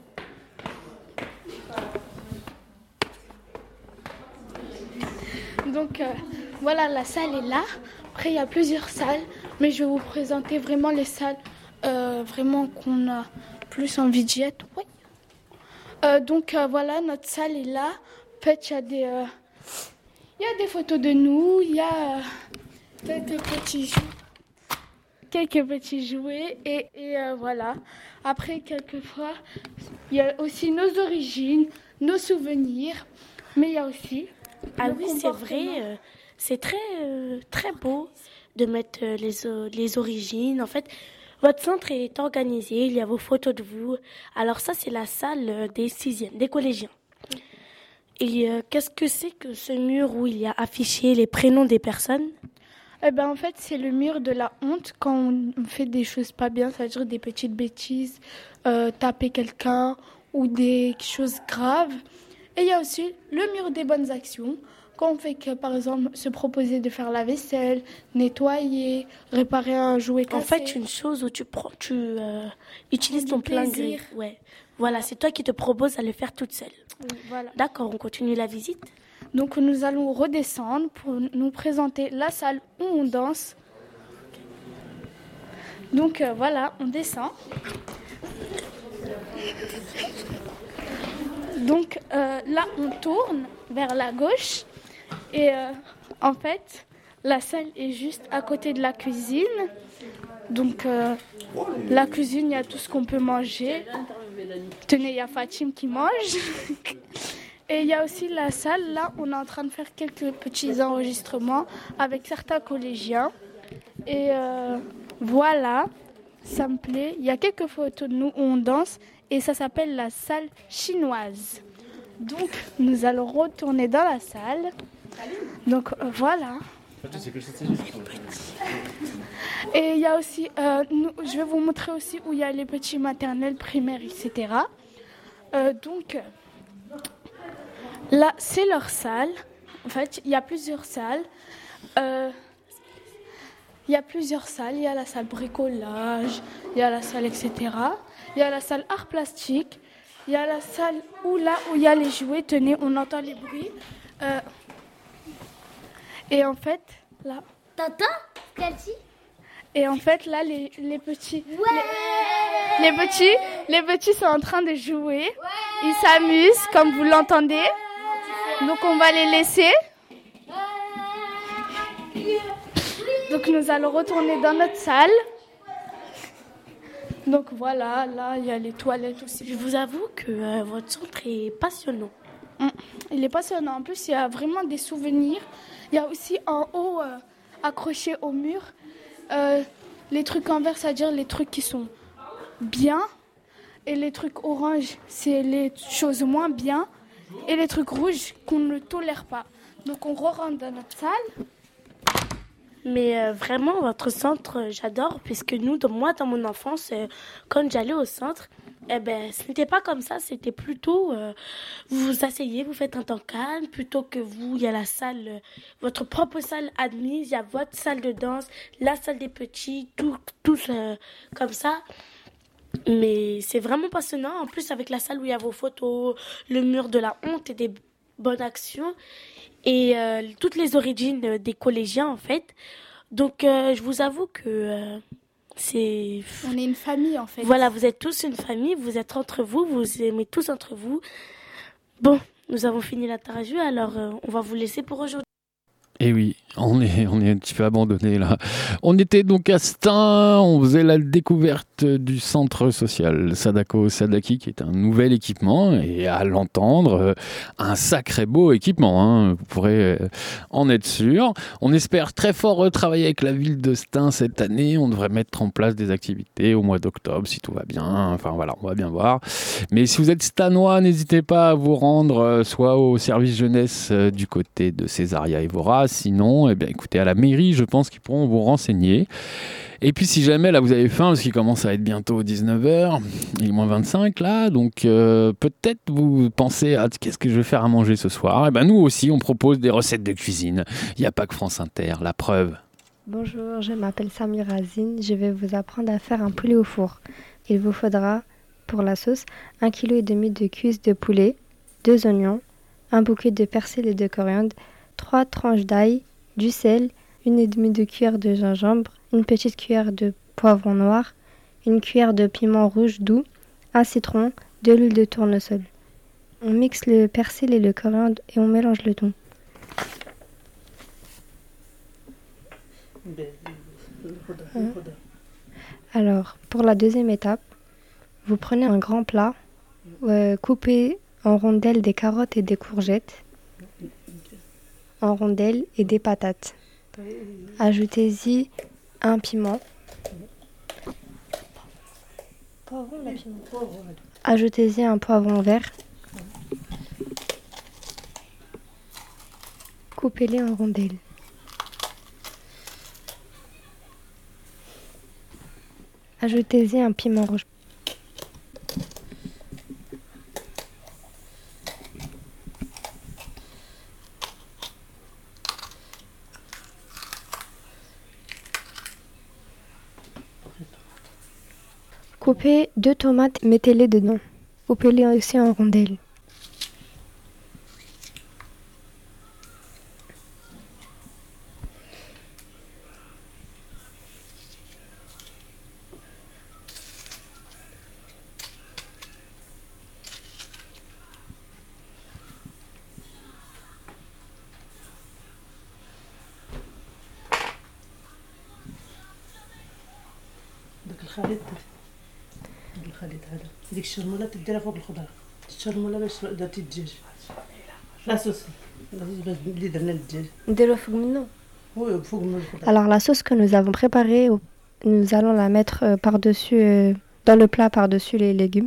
donc euh, voilà, la salle est là. Après, il y a plusieurs salles, mais je vais vous présenter vraiment les salles euh, vraiment qu'on a plus envie d'y être. Ouais. Euh, donc euh, voilà, notre salle est là. En fait, il y a des, euh, il y a des photos de nous, il y a euh, quelques petits, quelques petits jouets et, et euh, voilà. Après, quelquefois, il y a aussi nos origines, nos souvenirs, mais il y a aussi. Ah oui, c'est vrai. Euh, c'est très euh, très beau de mettre euh, les euh, les origines. En fait. Votre centre est organisé, il y a vos photos de vous. Alors ça, c'est la salle des sixièmes, des collégiens. Et euh, qu'est-ce que c'est que ce mur où il y a affiché les prénoms des personnes? Eh ben, en fait, c'est le mur de la honte quand on fait des choses pas bien, c'est-à-dire des petites bêtises, euh, taper quelqu'un ou des choses graves. Et il y a aussi le mur des bonnes actions. Quand on fait que, par exemple, se proposer de faire la vaisselle, nettoyer, réparer un jouet cassé. En fait, une chose où tu prends, tu euh, utilises ton plein gré. Ouais. Voilà, c'est toi qui te proposes à le faire toute seule. Oui, voilà. D'accord, on continue la visite. Donc, nous allons redescendre pour nous présenter la salle où on danse. Donc, euh, voilà, on descend. Donc, euh, là, on tourne vers la gauche. Et euh, en fait, la salle est juste à côté de la cuisine. Donc, euh, la cuisine, il y a tout ce qu'on peut manger. Tenez, il y a Fatim qui mange. Et il y a aussi la salle, là, on est en train de faire quelques petits enregistrements avec certains collégiens. Et euh, voilà, ça me plaît. Il y a quelques photos de nous où on danse et ça s'appelle la salle chinoise. Donc, nous allons retourner dans la salle. Donc, euh, voilà. Et il y a aussi, euh, nous, je vais vous montrer aussi où il y a les petits maternels, primaires, et cetera. Euh, donc, là, c'est leur salle. En fait, il y a plusieurs salles. Euh, il y a plusieurs salles. Il y a la salle bricolage, il y a la salle, et cetera. Il y a la salle art plastique. Il y a la salle où, là, où il y a les jouets. Tenez, on entend les bruits. Euh, et en fait, là... Tata, Calci. Et en fait, là, les, les petits... Ouais les, les petits les petits sont en train de jouer. Ouais. Ils s'amusent, comme vous l'entendez. Ouais. Donc, on va les laisser. Ouais. Donc, nous allons retourner dans notre salle. Donc, voilà, là, il y a les toilettes aussi. Je vous avoue que euh, votre centre est passionnant. Mmh. Il est passionnant. En plus, il y a vraiment des souvenirs. Il y a aussi en haut, euh, accroché au mur, euh, les trucs en vert, c'est-à-dire les trucs qui sont bien. Et les trucs orange, c'est les choses moins bien. Et les trucs rouges qu'on ne tolère pas. Donc on re-rentre dans notre salle. Mais euh, vraiment, votre centre, euh, j'adore, puisque nous, dans, moi, dans mon enfance, euh, quand j'allais au centre, eh ben, ce n'était pas comme ça, c'était plutôt, euh, vous vous asseyez, vous faites un temps calme, plutôt que vous, il y a la salle, euh, votre propre salle admise, il y a votre salle de danse, la salle des petits, tout, tous euh, comme ça. Mais c'est vraiment passionnant, en plus avec la salle où il y a vos photos, le mur de la honte et des bonnes actions, et euh, toutes les origines des collégiens, en fait. Donc, euh, je vous avoue que... Euh, C'est... On est une famille en fait. Voilà, vous êtes tous une famille, vous êtes entre vous, vous aimez tous entre vous. Bon, nous avons fini l'interview, alors euh, on va vous laisser pour aujourd'hui. Et oui, on est, on est un petit peu abandonné là. On était donc à Stein, on faisait la découverte du centre social Sadako Sadaki, qui est un nouvel équipement, et à l'entendre, un sacré beau équipement, hein, vous pourrez en être sûr. On espère très fort travailler avec la ville de Stein cette année, on devrait mettre en place des activités au mois d'octobre si tout va bien, enfin voilà, on va bien voir. Mais si vous êtes stanois, n'hésitez pas à vous rendre soit au service jeunesse du côté de Césaria Evora, sinon, eh bien, écoutez, à la mairie, je pense qu'ils pourront vous renseigner. Et puis, si jamais, là, vous avez faim, parce qu'il commence à être bientôt dix-neuf heures, il est moins vingt-cinq, là, donc euh, peut-être vous pensez à qu'est-ce que je vais faire à manger ce soir. Eh bien, nous aussi, on propose des recettes de cuisine. Il n'y a pas que France Inter, la preuve. Bonjour, je m'appelle Samir Azine. Je vais vous apprendre à faire un poulet au four. Il vous faudra, pour la sauce, un kilo et demi de cuisses de poulet, deux oignons, un bouquet de persil et de coriandre, trois tranches d'ail, du sel, une et demie de cuillère de gingembre, une petite cuillère de poivron noir, une cuillère de piment rouge doux, un citron, de l'huile de tournesol. On mixe le persil et le coriandre et on mélange le tout. Alors, pour la deuxième étape, vous prenez un grand plat, euh, coupez en rondelles des carottes et des courgettes, en rondelles et des patates. Ajoutez-y un piment. Ajoutez-y un poivron vert. Coupez-les en rondelles. Ajoutez-y un piment rouge. Coupez deux tomates, mettez-les dedans. Coupez-les aussi en rondelles. الخليط الخليط هذا ديك الشرموله تديرها فوق الخضره الشرموله باش درتي الدجاج لا صوص اللي درنا للدجاج نديرو فوق منه. Oui, فوق من الخضره. Alors la sauce que nous avons préparée, nous allons la mettre euh, par-dessus euh, dans le plat par-dessus les légumes.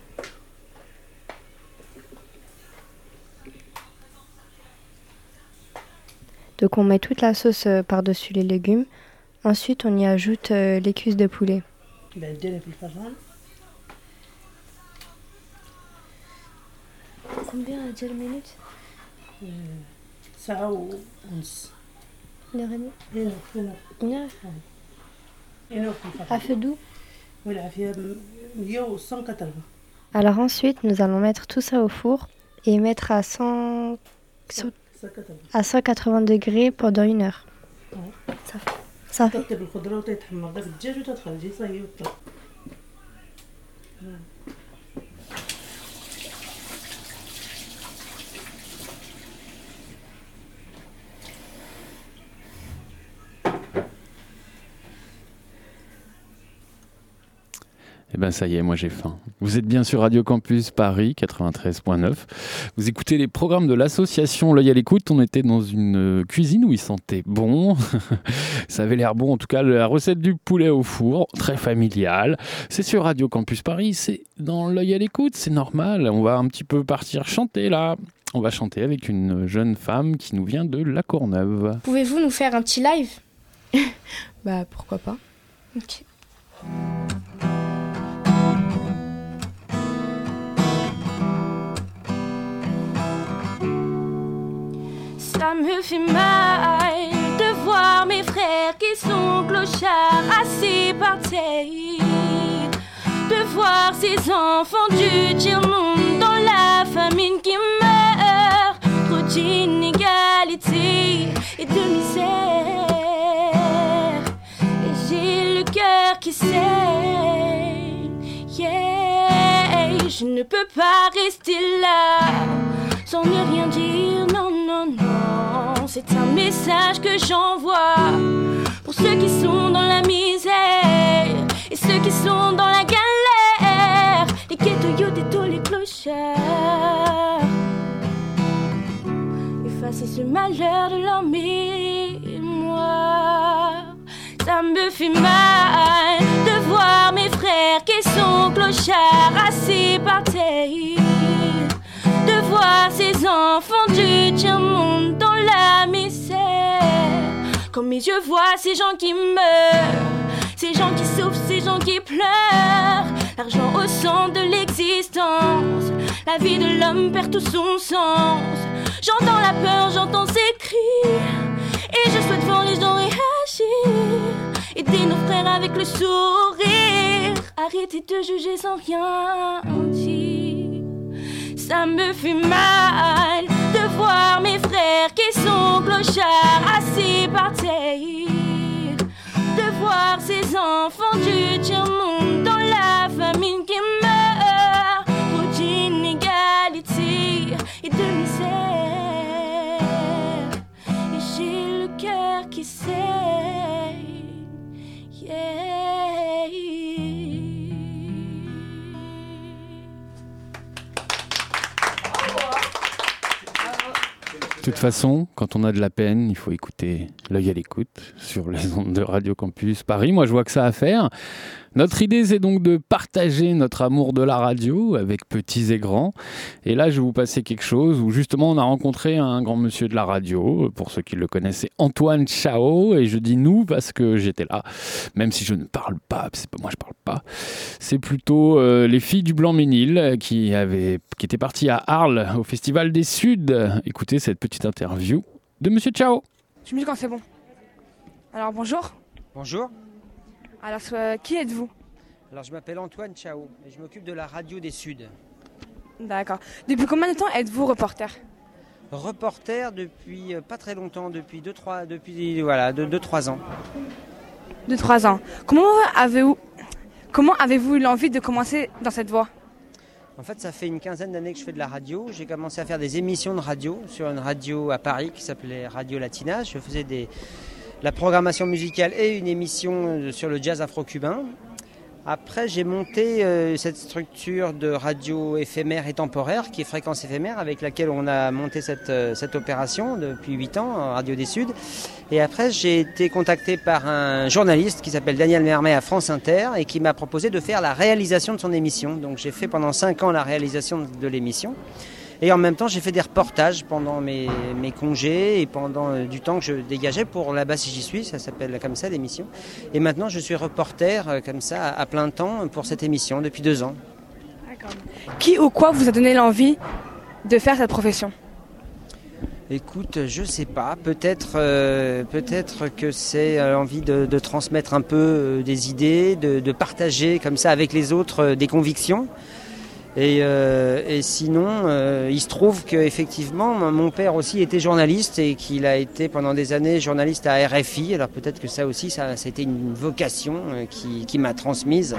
Donc on met toute la sauce euh, par-dessus les légumes. Ensuite, on y ajoute euh, les cuisses de poulet. Combien de minutes ساعة ونص. Une heure et demie. Une heure, une heure. Une heure. Une heure. À feu doux. Oui, à feu doux, cent quatre-vingts. Alors ensuite, nous allons mettre tout ça au four et mettre à cent... à cent quatre-vingts degrés pendant une heure. Ouais. Ça fait. Ça fait. تطيب الخضرة وتتحمر داك الدجاج وتتخرجي صايي وطلع. Eh bien ça y est, moi j'ai faim. Vous êtes bien sur Radio Campus Paris quatre-vingt-treize point neuf. Vous écoutez les programmes de l'association L'œil à l'écoute. On était dans une cuisine où il sentait bon. Ça avait l'air bon. En tout cas, la recette du poulet au four, très familiale. C'est sur Radio Campus Paris, c'est dans L'œil à l'écoute, c'est normal. On va un petit peu partir chanter là. on va chanter avec une jeune femme qui nous vient de La Courneuve. Pouvez-vous nous faire un petit live? Bah pourquoi pas. Ok. Ça me fait mal de voir mes frères qui sont clochards assis par terre, de voir ces enfants du tiers-monde dans la famine qui meurt, trop d'inégalités et de misère, et j'ai le cœur qui saigne, yeah. Je ne peux pas rester là sans ne rien dire, non, non, non. C'est un message que j'envoie pour ceux qui sont dans la misère et ceux qui sont dans la galère, les ghettoyos des taux, les clochards. Effacer ce malheur de leur mémoire. Ça me fait mal de voir mes frères qui sont clochards assis par terre, de voir ces enfants du tiers-monde dans la misère. Quand mes yeux voient ces gens qui meurent, ces gens qui souffrent, ces gens qui pleurent, l'argent au centre de l'existence, la vie de l'homme perd tout son sens. J'entends la peur, j'entends ces cris, et je souhaite voir les gens réagir, aider nos frères avec le sourire, arrêter de juger sans rien dire. Ça me fait mal de voir mes frères qui sont clochards assis par terre, de voir ces enfants du tiers-monde dans la famine qui meurt, trop d'inégalités et de misère, et j'ai le cœur qui saigne, yeah. De toute façon, quand on a de la peine, il faut écouter L'œil à l'écoute sur les ondes de Radio Campus Paris. Moi, je vois que ça à faire. Notre idée, c'est donc de partager notre amour de la radio avec petits et grands. Et là, je vais vous passer quelque chose où justement, on a rencontré un grand monsieur de la radio. Pour ceux qui le connaissent, c'est Antoine Chao. Et je dis nous parce que j'étais là. Même si je ne parle pas, c'est pas moi, je parle pas. C'est plutôt euh, les filles du Blanc-Ménil qui, avaient, qui étaient parties à Arles au Festival des Suds. Écoutez cette petite interview de monsieur Chao. Je me dis quand c'est bon. Alors bonjour. Bonjour. Alors euh, qui êtes-vous? Alors je m'appelle Antoine Chao et je m'occupe de la radio des Suds. D'accord. Depuis combien de temps êtes-vous reporter? Reporter depuis euh, pas très longtemps, depuis deux trois depuis voilà, deux trois ans. deux trois ans. Comment avez-vous Comment avez-vous eu l'envie de commencer dans cette voie? En fait, ça fait une quinzaine d'années que je fais de la radio. J'ai commencé à faire des émissions de radio sur une radio à Paris qui s'appelait Radio Latina. Je faisais des, la programmation musicale et une émission sur le jazz afro-cubain. Après, j'ai monté euh, cette structure de radio éphémère et temporaire qui est Fréquence éphémère, avec laquelle on a monté cette, euh, cette opération depuis huit ans, Radio des Suds. Et après, j'ai été contacté par un journaliste qui s'appelle Daniel Mermet à France Inter et qui m'a proposé de faire la réalisation de son émission. Donc j'ai fait pendant cinq ans la réalisation de l'émission. Et en même temps, j'ai fait des reportages pendant mes, mes congés et pendant euh, du temps que je dégageais pour Là-bas si j'y suis, ça s'appelle comme ça l'émission. Et maintenant, je suis reporter euh, comme ça à, à plein temps pour cette émission depuis deux ans. D'accord. Qui ou quoi vous a donné l'envie de faire cette profession? Écoute, je sais pas, peut-être euh, peut-être que c'est euh, l'envie de, de transmettre un peu euh, des idées, de, de partager comme ça avec les autres euh, des convictions. Et, euh, et sinon, euh, il se trouve qu'effectivement, mon père aussi était journaliste et qu'il a été pendant des années journaliste à R F I. Alors peut-être que ça aussi, ça, ça a été une vocation euh, qui, qui m'a transmise.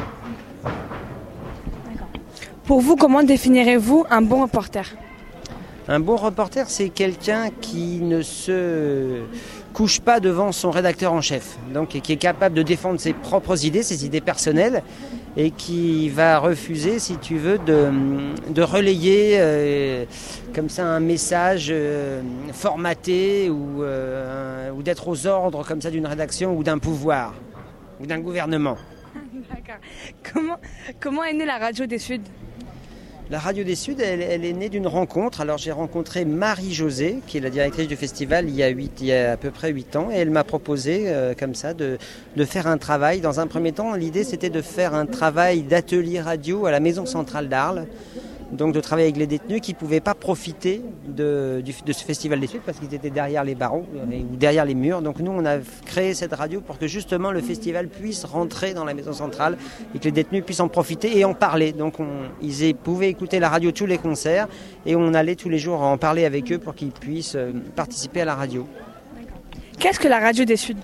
D'accord. Pour vous, comment définirez-vous un bon reporter? Un bon reporter, c'est quelqu'un qui ne se couche pas devant son rédacteur en chef, donc qui est capable de défendre ses propres idées, ses idées personnelles, et qui va refuser, si tu veux, de, de relayer euh, comme ça un message euh, formaté ou, euh, un, ou d'être aux ordres comme ça d'une rédaction ou d'un pouvoir ou d'un gouvernement. D'accord. Comment, comment est née la radio des Suds? La Radio des Suds, elle, elle est née d'une rencontre. Alors j'ai rencontré Marie-Josée, qui est la directrice du festival, il y a, huit, il y a à peu près huit ans. Et elle m'a proposé, euh, comme ça, de, de faire un travail. Dans un premier temps, l'idée c'était de faire un travail d'atelier radio à la Maison Centrale d'Arles. Donc de travailler avec les détenus qui ne pouvaient pas profiter de, du, de ce festival des Suds parce qu'ils étaient derrière les barreaux ou derrière les murs. Donc nous, on a créé cette radio pour que justement le festival puisse rentrer dans la maison centrale et que les détenus puissent en profiter et en parler. Donc on, ils pouvaient écouter la radio tous les concerts et on allait tous les jours en parler avec eux pour qu'ils puissent participer à la radio. Qu'est-ce que la radio des Suds ?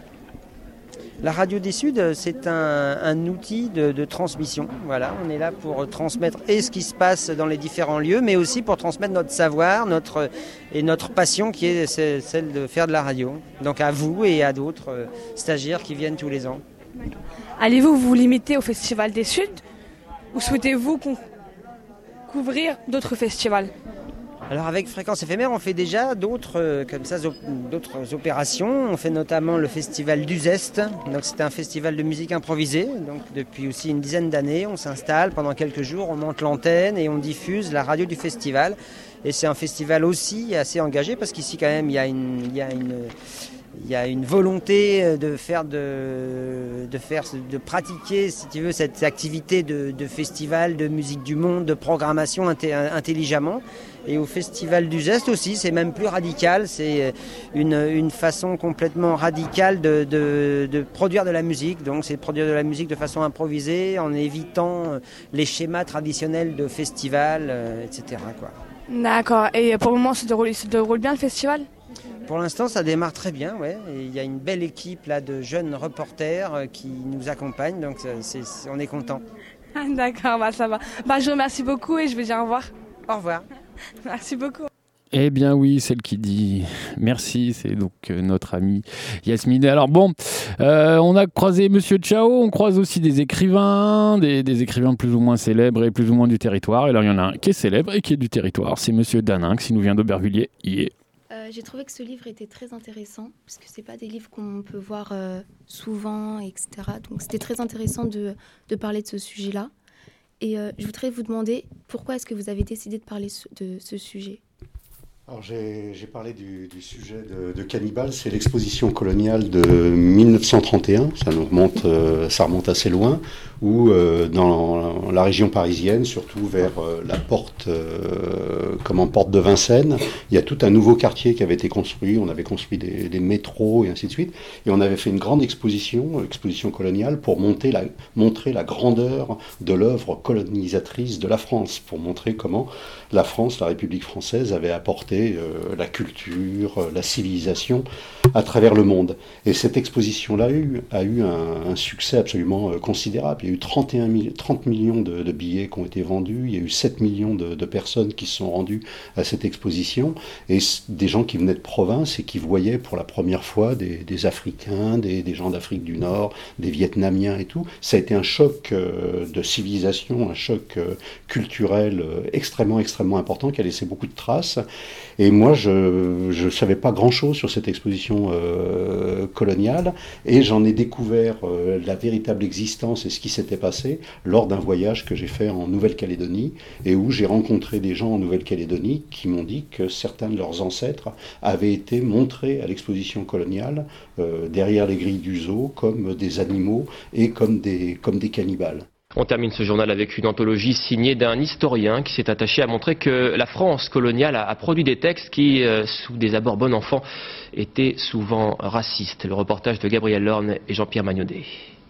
La Radio des Suds, c'est un, un outil de, de transmission. Voilà, on est là pour transmettre et ce qui se passe dans les différents lieux, mais aussi pour transmettre notre savoir notre, et notre passion qui est celle de faire de la radio. Donc à vous et à d'autres stagiaires qui viennent tous les ans. Allez-vous vous limiter au Festival des Suds ou souhaitez-vous con- couvrir d'autres festivals ? Alors avec Fréquence Éphémère, on fait déjà d'autres, euh, comme ça, op- d'autres opérations. On fait notamment le festival d'Uzeste. Donc c'est un festival de musique improvisée. Donc depuis aussi une dizaine d'années, on s'installe pendant quelques jours, on monte l'antenne et on diffuse la radio du festival. Et c'est un festival aussi assez engagé parce qu'ici quand même il y a une, il y a une, il y a une volonté de faire, de, de faire, de pratiquer, si tu veux, cette activité de, de festival, de musique du monde, de programmation inté- intelligemment. Et au Festival d'Uzeste aussi, c'est même plus radical, c'est une, une façon complètement radicale de, de, de produire de la musique. Donc c'est de produire de la musique de façon improvisée, en évitant les schémas traditionnels de festival, euh, et cetera quoi. D'accord, et pour le moment, ça se déroule, ça se déroule bien le festival ? Pour l'instant, ça démarre très bien, ouais. Et il y a une belle équipe là, de jeunes reporters qui nous accompagnent, donc c'est, c'est, on est contents. D'accord, bah ça va. Bah, je vous remercie beaucoup et je vais dire au revoir. Au revoir. Merci beaucoup. Eh bien oui, celle qui dit merci, c'est donc euh, notre amie Yasmine. Alors bon, euh, on a croisé Monsieur Chao, on croise aussi des écrivains, des, des écrivains plus ou moins célèbres et plus ou moins du territoire. Et là, il y en a un qui est célèbre et qui est du territoire, c'est Monsieur Daninx, il nous vient d'Aubervilliers. Yeah. Euh, j'ai trouvé que ce livre était très intéressant, parce que c'est pas des livres qu'on peut voir euh, souvent, et cetera. Donc c'était très intéressant de, de parler de ce sujet-là. Et euh, je voudrais vous demander, pourquoi est-ce que vous avez décidé de parler de ce sujet ? Alors j'ai, j'ai parlé du, du sujet de, de Cannibal, c'est l'exposition coloniale de dix-neuf cent trente et un, ça nous remonte, euh, ça remonte assez loin, où euh, dans la région parisienne, surtout vers euh, la porte, euh, comment, porte de Vincennes, il y a tout un nouveau quartier qui avait été construit, on avait construit des, des métros et ainsi de suite, et on avait fait une grande exposition, exposition coloniale, pour monter la, montrer la grandeur de l'œuvre colonisatrice de la France, pour montrer comment la France, la République française, avait apporté euh, la culture, euh, la civilisation à travers le monde. Et cette exposition-là a eu, a eu un, un succès absolument euh, considérable. Il y a eu trente et un mille, trente millions de, de billets qui ont été vendus, il y a eu sept millions de, de personnes qui se sont rendues à cette exposition, et des gens qui venaient de province et qui voyaient pour la première fois des, des Africains, des, des gens d'Afrique du Nord, des Vietnamiens et tout. Ça a été un choc euh, de civilisation, un choc euh, culturel euh, extrêmement, extrêmement important qui a laissé beaucoup de traces. Et moi, je ne savais pas grand-chose sur cette exposition euh, coloniale, et j'en ai découvert euh, la véritable existence et ce qui s'était passé lors d'un voyage que j'ai fait en Nouvelle-Calédonie, et où j'ai rencontré des gens en Nouvelle-Calédonie qui m'ont dit que certains de leurs ancêtres avaient été montrés à l'exposition coloniale euh, derrière les grilles du zoo comme des animaux et comme des, comme des cannibales. On termine ce journal avec une anthologie signée d'un historien qui s'est attaché à montrer que la France coloniale a, a produit des textes qui, euh, sous des abords bon enfant, étaient souvent racistes. Le reportage de Gabriel Lorne et Jean-Pierre Magnaudet.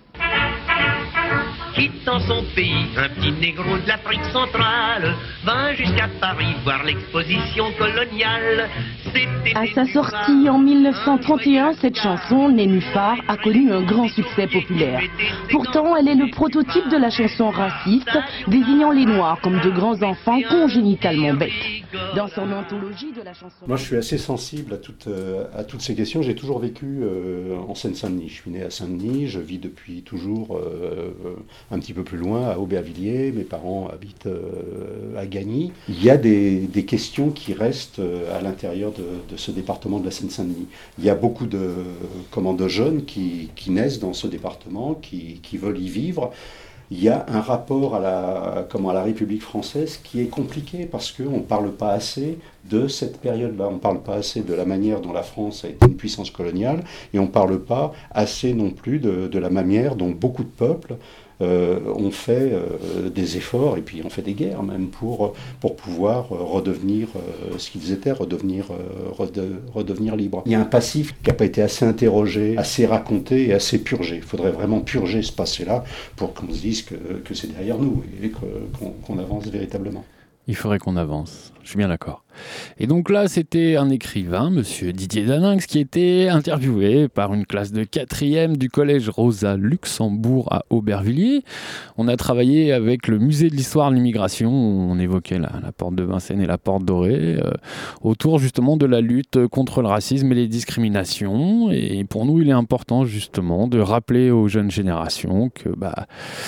Quittant son pays, un petit négro de l'Afrique centrale vint jusqu'à Paris voir l'exposition coloniale. C'était à sa sortie en mille neuf cent trente et un, cette chanson, Nénuphar, a connu un grand succès populaire. Pourtant, elle est le prototype de la chanson raciste, désignant les Noirs comme de grands enfants congénitalement bêtes. Dans son anthologie de la chanson... Moi, je suis assez sensible à, toute, euh, à toutes ces questions. J'ai toujours vécu euh, en Seine-Saint-Denis. Je suis né à Saint-Denis, je vis depuis toujours... Euh, un petit peu plus loin, à Aubervilliers, mes parents habitent euh, à Gagny. Il y a des, des questions qui restent euh, à l'intérieur de, de ce département de la Seine-Saint-Denis. Il y a beaucoup de, comment, de jeunes qui, qui naissent dans ce département, qui, qui veulent y vivre. il y a un rapport à la, comment, à la République française qui est compliqué parce qu'on ne parle pas assez de cette période-là. On ne parle pas assez de la manière dont la France a été une puissance coloniale et on ne parle pas assez non plus de, de la manière dont beaucoup de peuples euh, ont fait euh, des efforts et puis ont fait des guerres même pour, pour pouvoir redevenir euh, ce qu'ils étaient, redevenir, euh, rede, redevenir libres. Il y a un passif qui n'a pas été assez interrogé, assez raconté et assez purgé. Il faudrait vraiment purger ce passé-là pour qu'on se dise que, que c'est derrière nous et que, qu'on, qu'on avance véritablement. Il faudrait qu'on avance, je suis bien d'accord. Et donc là, c'était un écrivain, monsieur Didier Daninx, qui était interviewé par une classe de quatrième du collège Rosa Luxembourg à Aubervilliers. On a travaillé avec le musée de l'histoire de l'immigration, on évoquait la, la porte de Vincennes et la porte dorée, euh, autour justement de la lutte contre le racisme et les discriminations. Et pour nous, il est important justement de rappeler aux jeunes générations que bah,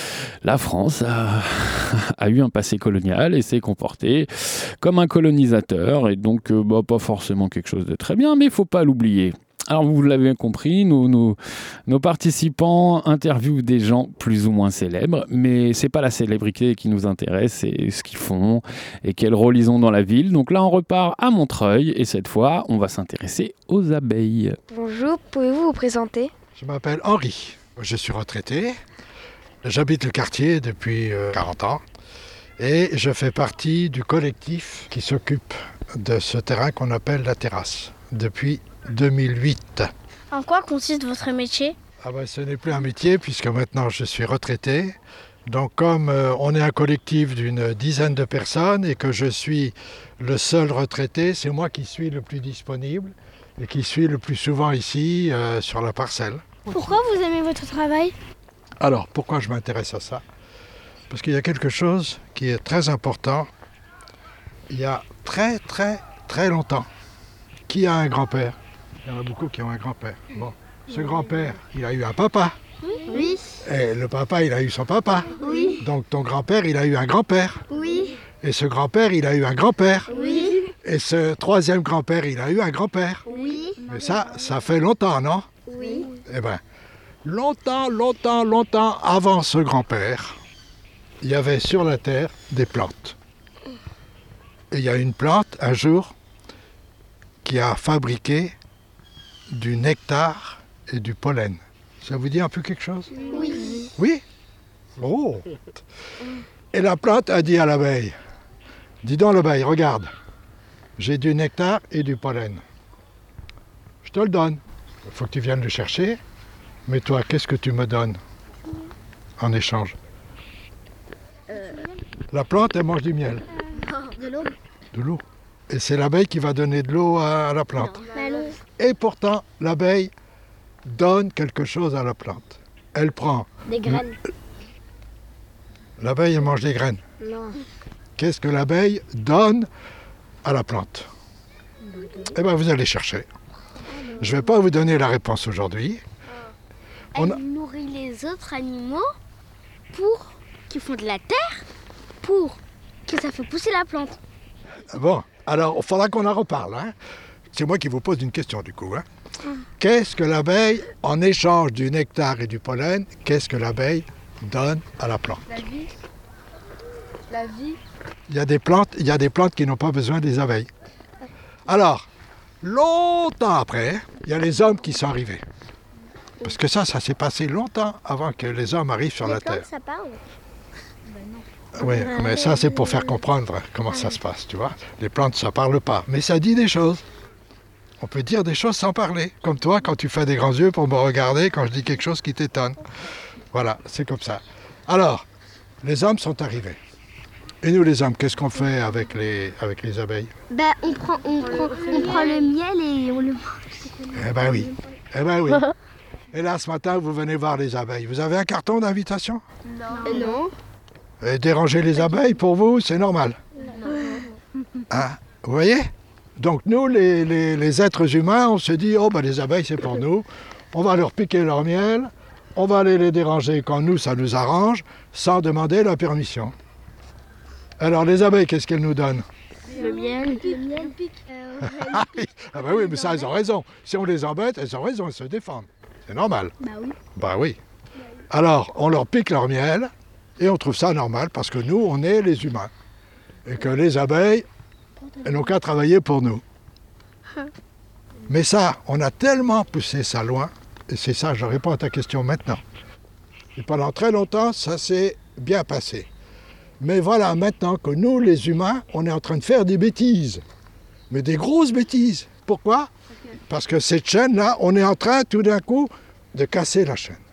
la France a, a eu un passé colonial et s'est comportée comme un colonisateur. Et donc, euh, bah, pas forcément quelque chose de très bien, mais il ne faut pas l'oublier. Alors, vous l'avez compris, nous, nous, nos participants interviewent des gens plus ou moins célèbres, mais ce n'est pas la célébrité qui nous intéresse, c'est ce qu'ils font et quel rôle ils ont dans la ville. Donc là, on repart à Montreuil et cette fois, on va s'intéresser aux abeilles. Bonjour, pouvez-vous vous présenter ? Je m'appelle Henri, je suis retraité, j'habite le quartier depuis euh, quarante ans. Et je fais partie du collectif qui s'occupe de ce terrain qu'on appelle la terrasse depuis deux mille huit. En quoi consiste votre métier ? Ah ben, ce n'est plus un métier puisque maintenant je suis retraité. Donc comme euh, on est un collectif d'une dizaine de personnes et que je suis le seul retraité, c'est moi qui suis le plus disponible et qui suis le plus souvent ici euh, sur la parcelle. Pourquoi vous aimez votre travail ? Alors, pourquoi je m'intéresse à ça ? Parce qu'il y a quelque chose qui est très important. Il y a très très très longtemps, qui a un grand-père ? Il y en a beaucoup qui ont un grand-père. Bon, ce grand-père, il a eu un papa. Oui. Et le papa, il a eu son papa. Oui. Donc ton grand-père, il a eu un grand-père. Oui. Et ce grand-père, il a eu un grand-père. Oui. Et ce troisième grand-père, il a eu un grand-père. Oui. Mais ça, ça fait longtemps, non ? Oui. Eh bien, longtemps, longtemps, longtemps avant ce grand-père, il y avait sur la terre des plantes. Et il y a une plante, un jour, qui a fabriqué du nectar et du pollen. Ça vous dit un peu quelque chose ? Oui. Oui ? Oh ! Et la plante a dit à l'abeille, dis donc l'abeille, regarde, j'ai du nectar et du pollen. Je te le donne. Il faut que tu viennes le chercher. Mais toi, qu'est-ce que tu me donnes en échange ? Euh... La plante, elle mange du miel. De l'eau. De l'eau. Et c'est l'abeille qui va donner de l'eau à, à la plante. Non, et pourtant, l'abeille donne quelque chose à la plante. Elle prend... Des graines. L'abeille, elle mange des graines. Non. Qu'est-ce que l'abeille donne à la plante ? Eh bien, vous allez chercher. Je ne vais pas vous donner la réponse aujourd'hui. Elle a... nourrit les autres animaux pour qu'ils font de la terre, pour que ça fait pousser la plante. Bon, alors il faudra qu'on en reparle. Hein. C'est moi qui vous pose une question du coup. Hein. Hum. Qu'est-ce que l'abeille, en échange du nectar et du pollen, qu'est-ce que l'abeille donne à la plante ? La vie. La vie. Il y a des plantes, il y a des plantes qui n'ont pas besoin des abeilles. Alors, longtemps après, il y a les hommes qui sont arrivés. Parce que ça, ça s'est passé longtemps avant que les hommes arrivent sur les la plantes, Terre. Ça parle. Oui, mais ça, c'est pour faire comprendre comment ça se passe, tu vois. Les plantes, ça parle pas, mais ça dit des choses. On peut dire des choses sans parler. Comme toi, quand tu fais des grands yeux pour me regarder quand je dis quelque chose qui t'étonne. Voilà, c'est comme ça. Alors, les hommes sont arrivés. Et nous, les hommes, qu'est-ce qu'on fait avec les, avec les abeilles ? Ben, on prend, on, prend, on prend le miel et on le mange. Eh ben oui, eh ben oui. Et là, ce matin, vous venez voir les abeilles. Vous avez un carton d'invitation ? Non. Euh, non. Et déranger les abeilles, pour vous, c'est normal. Non. Hein ? Vous voyez ? Donc nous, les, les, les êtres humains, on se dit, oh ben les abeilles, c'est pour nous. On va leur piquer leur miel, on va aller les déranger quand nous, ça nous arrange, sans demander la permission. Alors les abeilles, qu'est-ce qu'elles nous donnent ? Le miel. Le miel pique. Euh, ah ben oui, mais ça, elles ont raison. Si on les embête, elles ont raison, elles se défendent. C'est normal. Bah oui. Bah oui. Alors, on leur pique leur miel, Et on trouve ça normal parce que nous, on est les humains. Et que les abeilles, elles n'ont qu'à travailler pour nous. Mais ça, on a tellement poussé ça loin, et c'est ça, je réponds à ta question maintenant. Et pendant très longtemps, ça s'est bien passé. Mais voilà, maintenant que nous, les humains, on est en train de faire des bêtises. Mais des grosses bêtises. Pourquoi ? Parce que cette chaîne-là, on est en train, tout d'un coup, de casser la chaîne.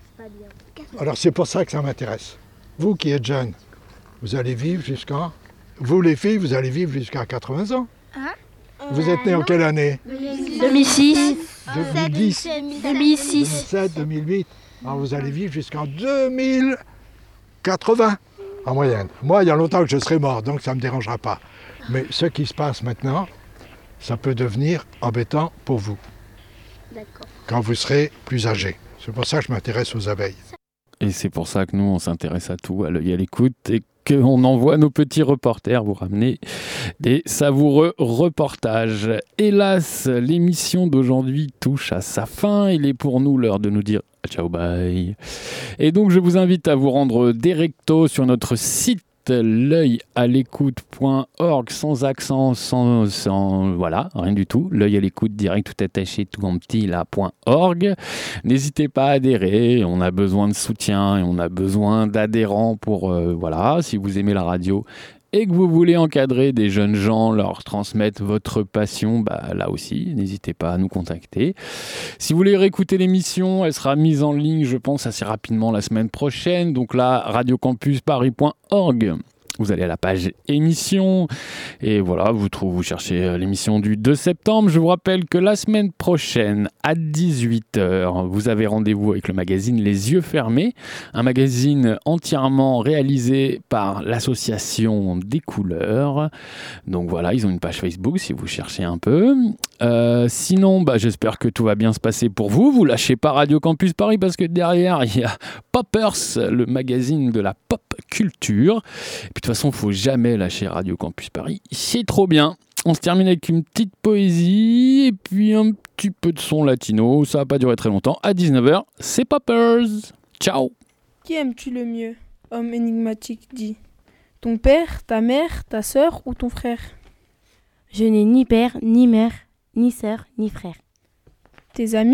Alors c'est pour ça que ça m'intéresse. Vous qui êtes jeunes, vous allez vivre jusqu'à... Vous les filles, vous allez vivre jusqu'à quatre-vingts ans. Hein Vous êtes nés en quelle année ? deux mille six. deux mille dix. deux mille six. deux mille sept, deux mille huit. Alors vous allez vivre jusqu'en deux mille quatre-vingts en moyenne. Moi, il y a longtemps que je serai mort, donc ça ne me dérangera pas. Mais ce qui se passe maintenant, ça peut devenir embêtant pour vous. D'accord. Quand vous serez plus âgé. C'est pour ça que je m'intéresse aux abeilles. Et c'est pour ça que nous, on s'intéresse à tout, à l'œil à l'écoute, et qu'on envoie nos petits reporters vous ramener des savoureux reportages. Hélas, l'émission d'aujourd'hui touche à sa fin. Il est pour nous l'heure de nous dire ciao, bye. Et donc, je vous invite à vous rendre directo sur notre site l'œil à l'écoute point org, sans accent, sans, sans voilà, rien du tout. L'œil à l'écoute direct, tout attaché, tout en petit là, .org. N'hésitez pas à adhérer, on a besoin de soutien et on a besoin d'adhérents pour, euh, voilà, si vous aimez la radio et que vous voulez encadrer des jeunes gens, leur transmettre votre passion, bah là aussi, n'hésitez pas à nous contacter. Si vous voulez réécouter l'émission, elle sera mise en ligne, je pense, assez rapidement la semaine prochaine. Donc là, radio campus paris point org. Vous allez à la page émission et voilà, vous trouvez, vous cherchez l'émission du deux septembre. Je vous rappelle que la semaine prochaine, à dix-huit heures, vous avez rendez-vous avec le magazine Les Yeux Fermés, un magazine entièrement réalisé par l'association des couleurs. Donc voilà, ils ont une page Facebook si vous cherchez un peu. Euh, sinon, bah, j'espère que tout va bien se passer pour vous. Vous lâchez pas Radio Campus Paris parce que derrière, il y a Poppers, le magazine de la pop culture. Et puis de toute façon, il ne faut jamais lâcher Radio Campus Paris. C'est trop bien. On se termine avec une petite poésie et puis un petit peu de son latino. Ça va pas durer très longtemps. À dix-neuf heures, c'est Poppers. Ciao. Qui aimes-tu le mieux ? Homme énigmatique dit. Ton père, ta mère, ta sœur ou ton frère ? Je n'ai ni père, ni mère, ni sœur, ni frère. Tes amis ?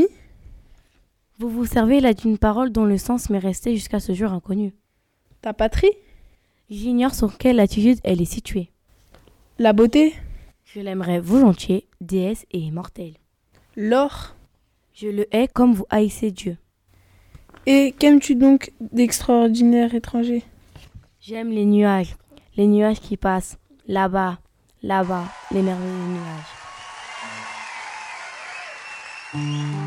Vous vous servez là d'une parole dont le sens m'est resté jusqu'à ce jour inconnu. Ta patrie ? J'ignore sur quelle latitude elle est située. La beauté ? Je l'aimerais volontiers, déesse et immortelle. L'or ? Je le hais comme vous haïssez Dieu. Et qu'aimes-tu donc d'extraordinaire étranger ? J'aime les nuages, les nuages qui passent, là-bas, là-bas, les merveilleux nuages.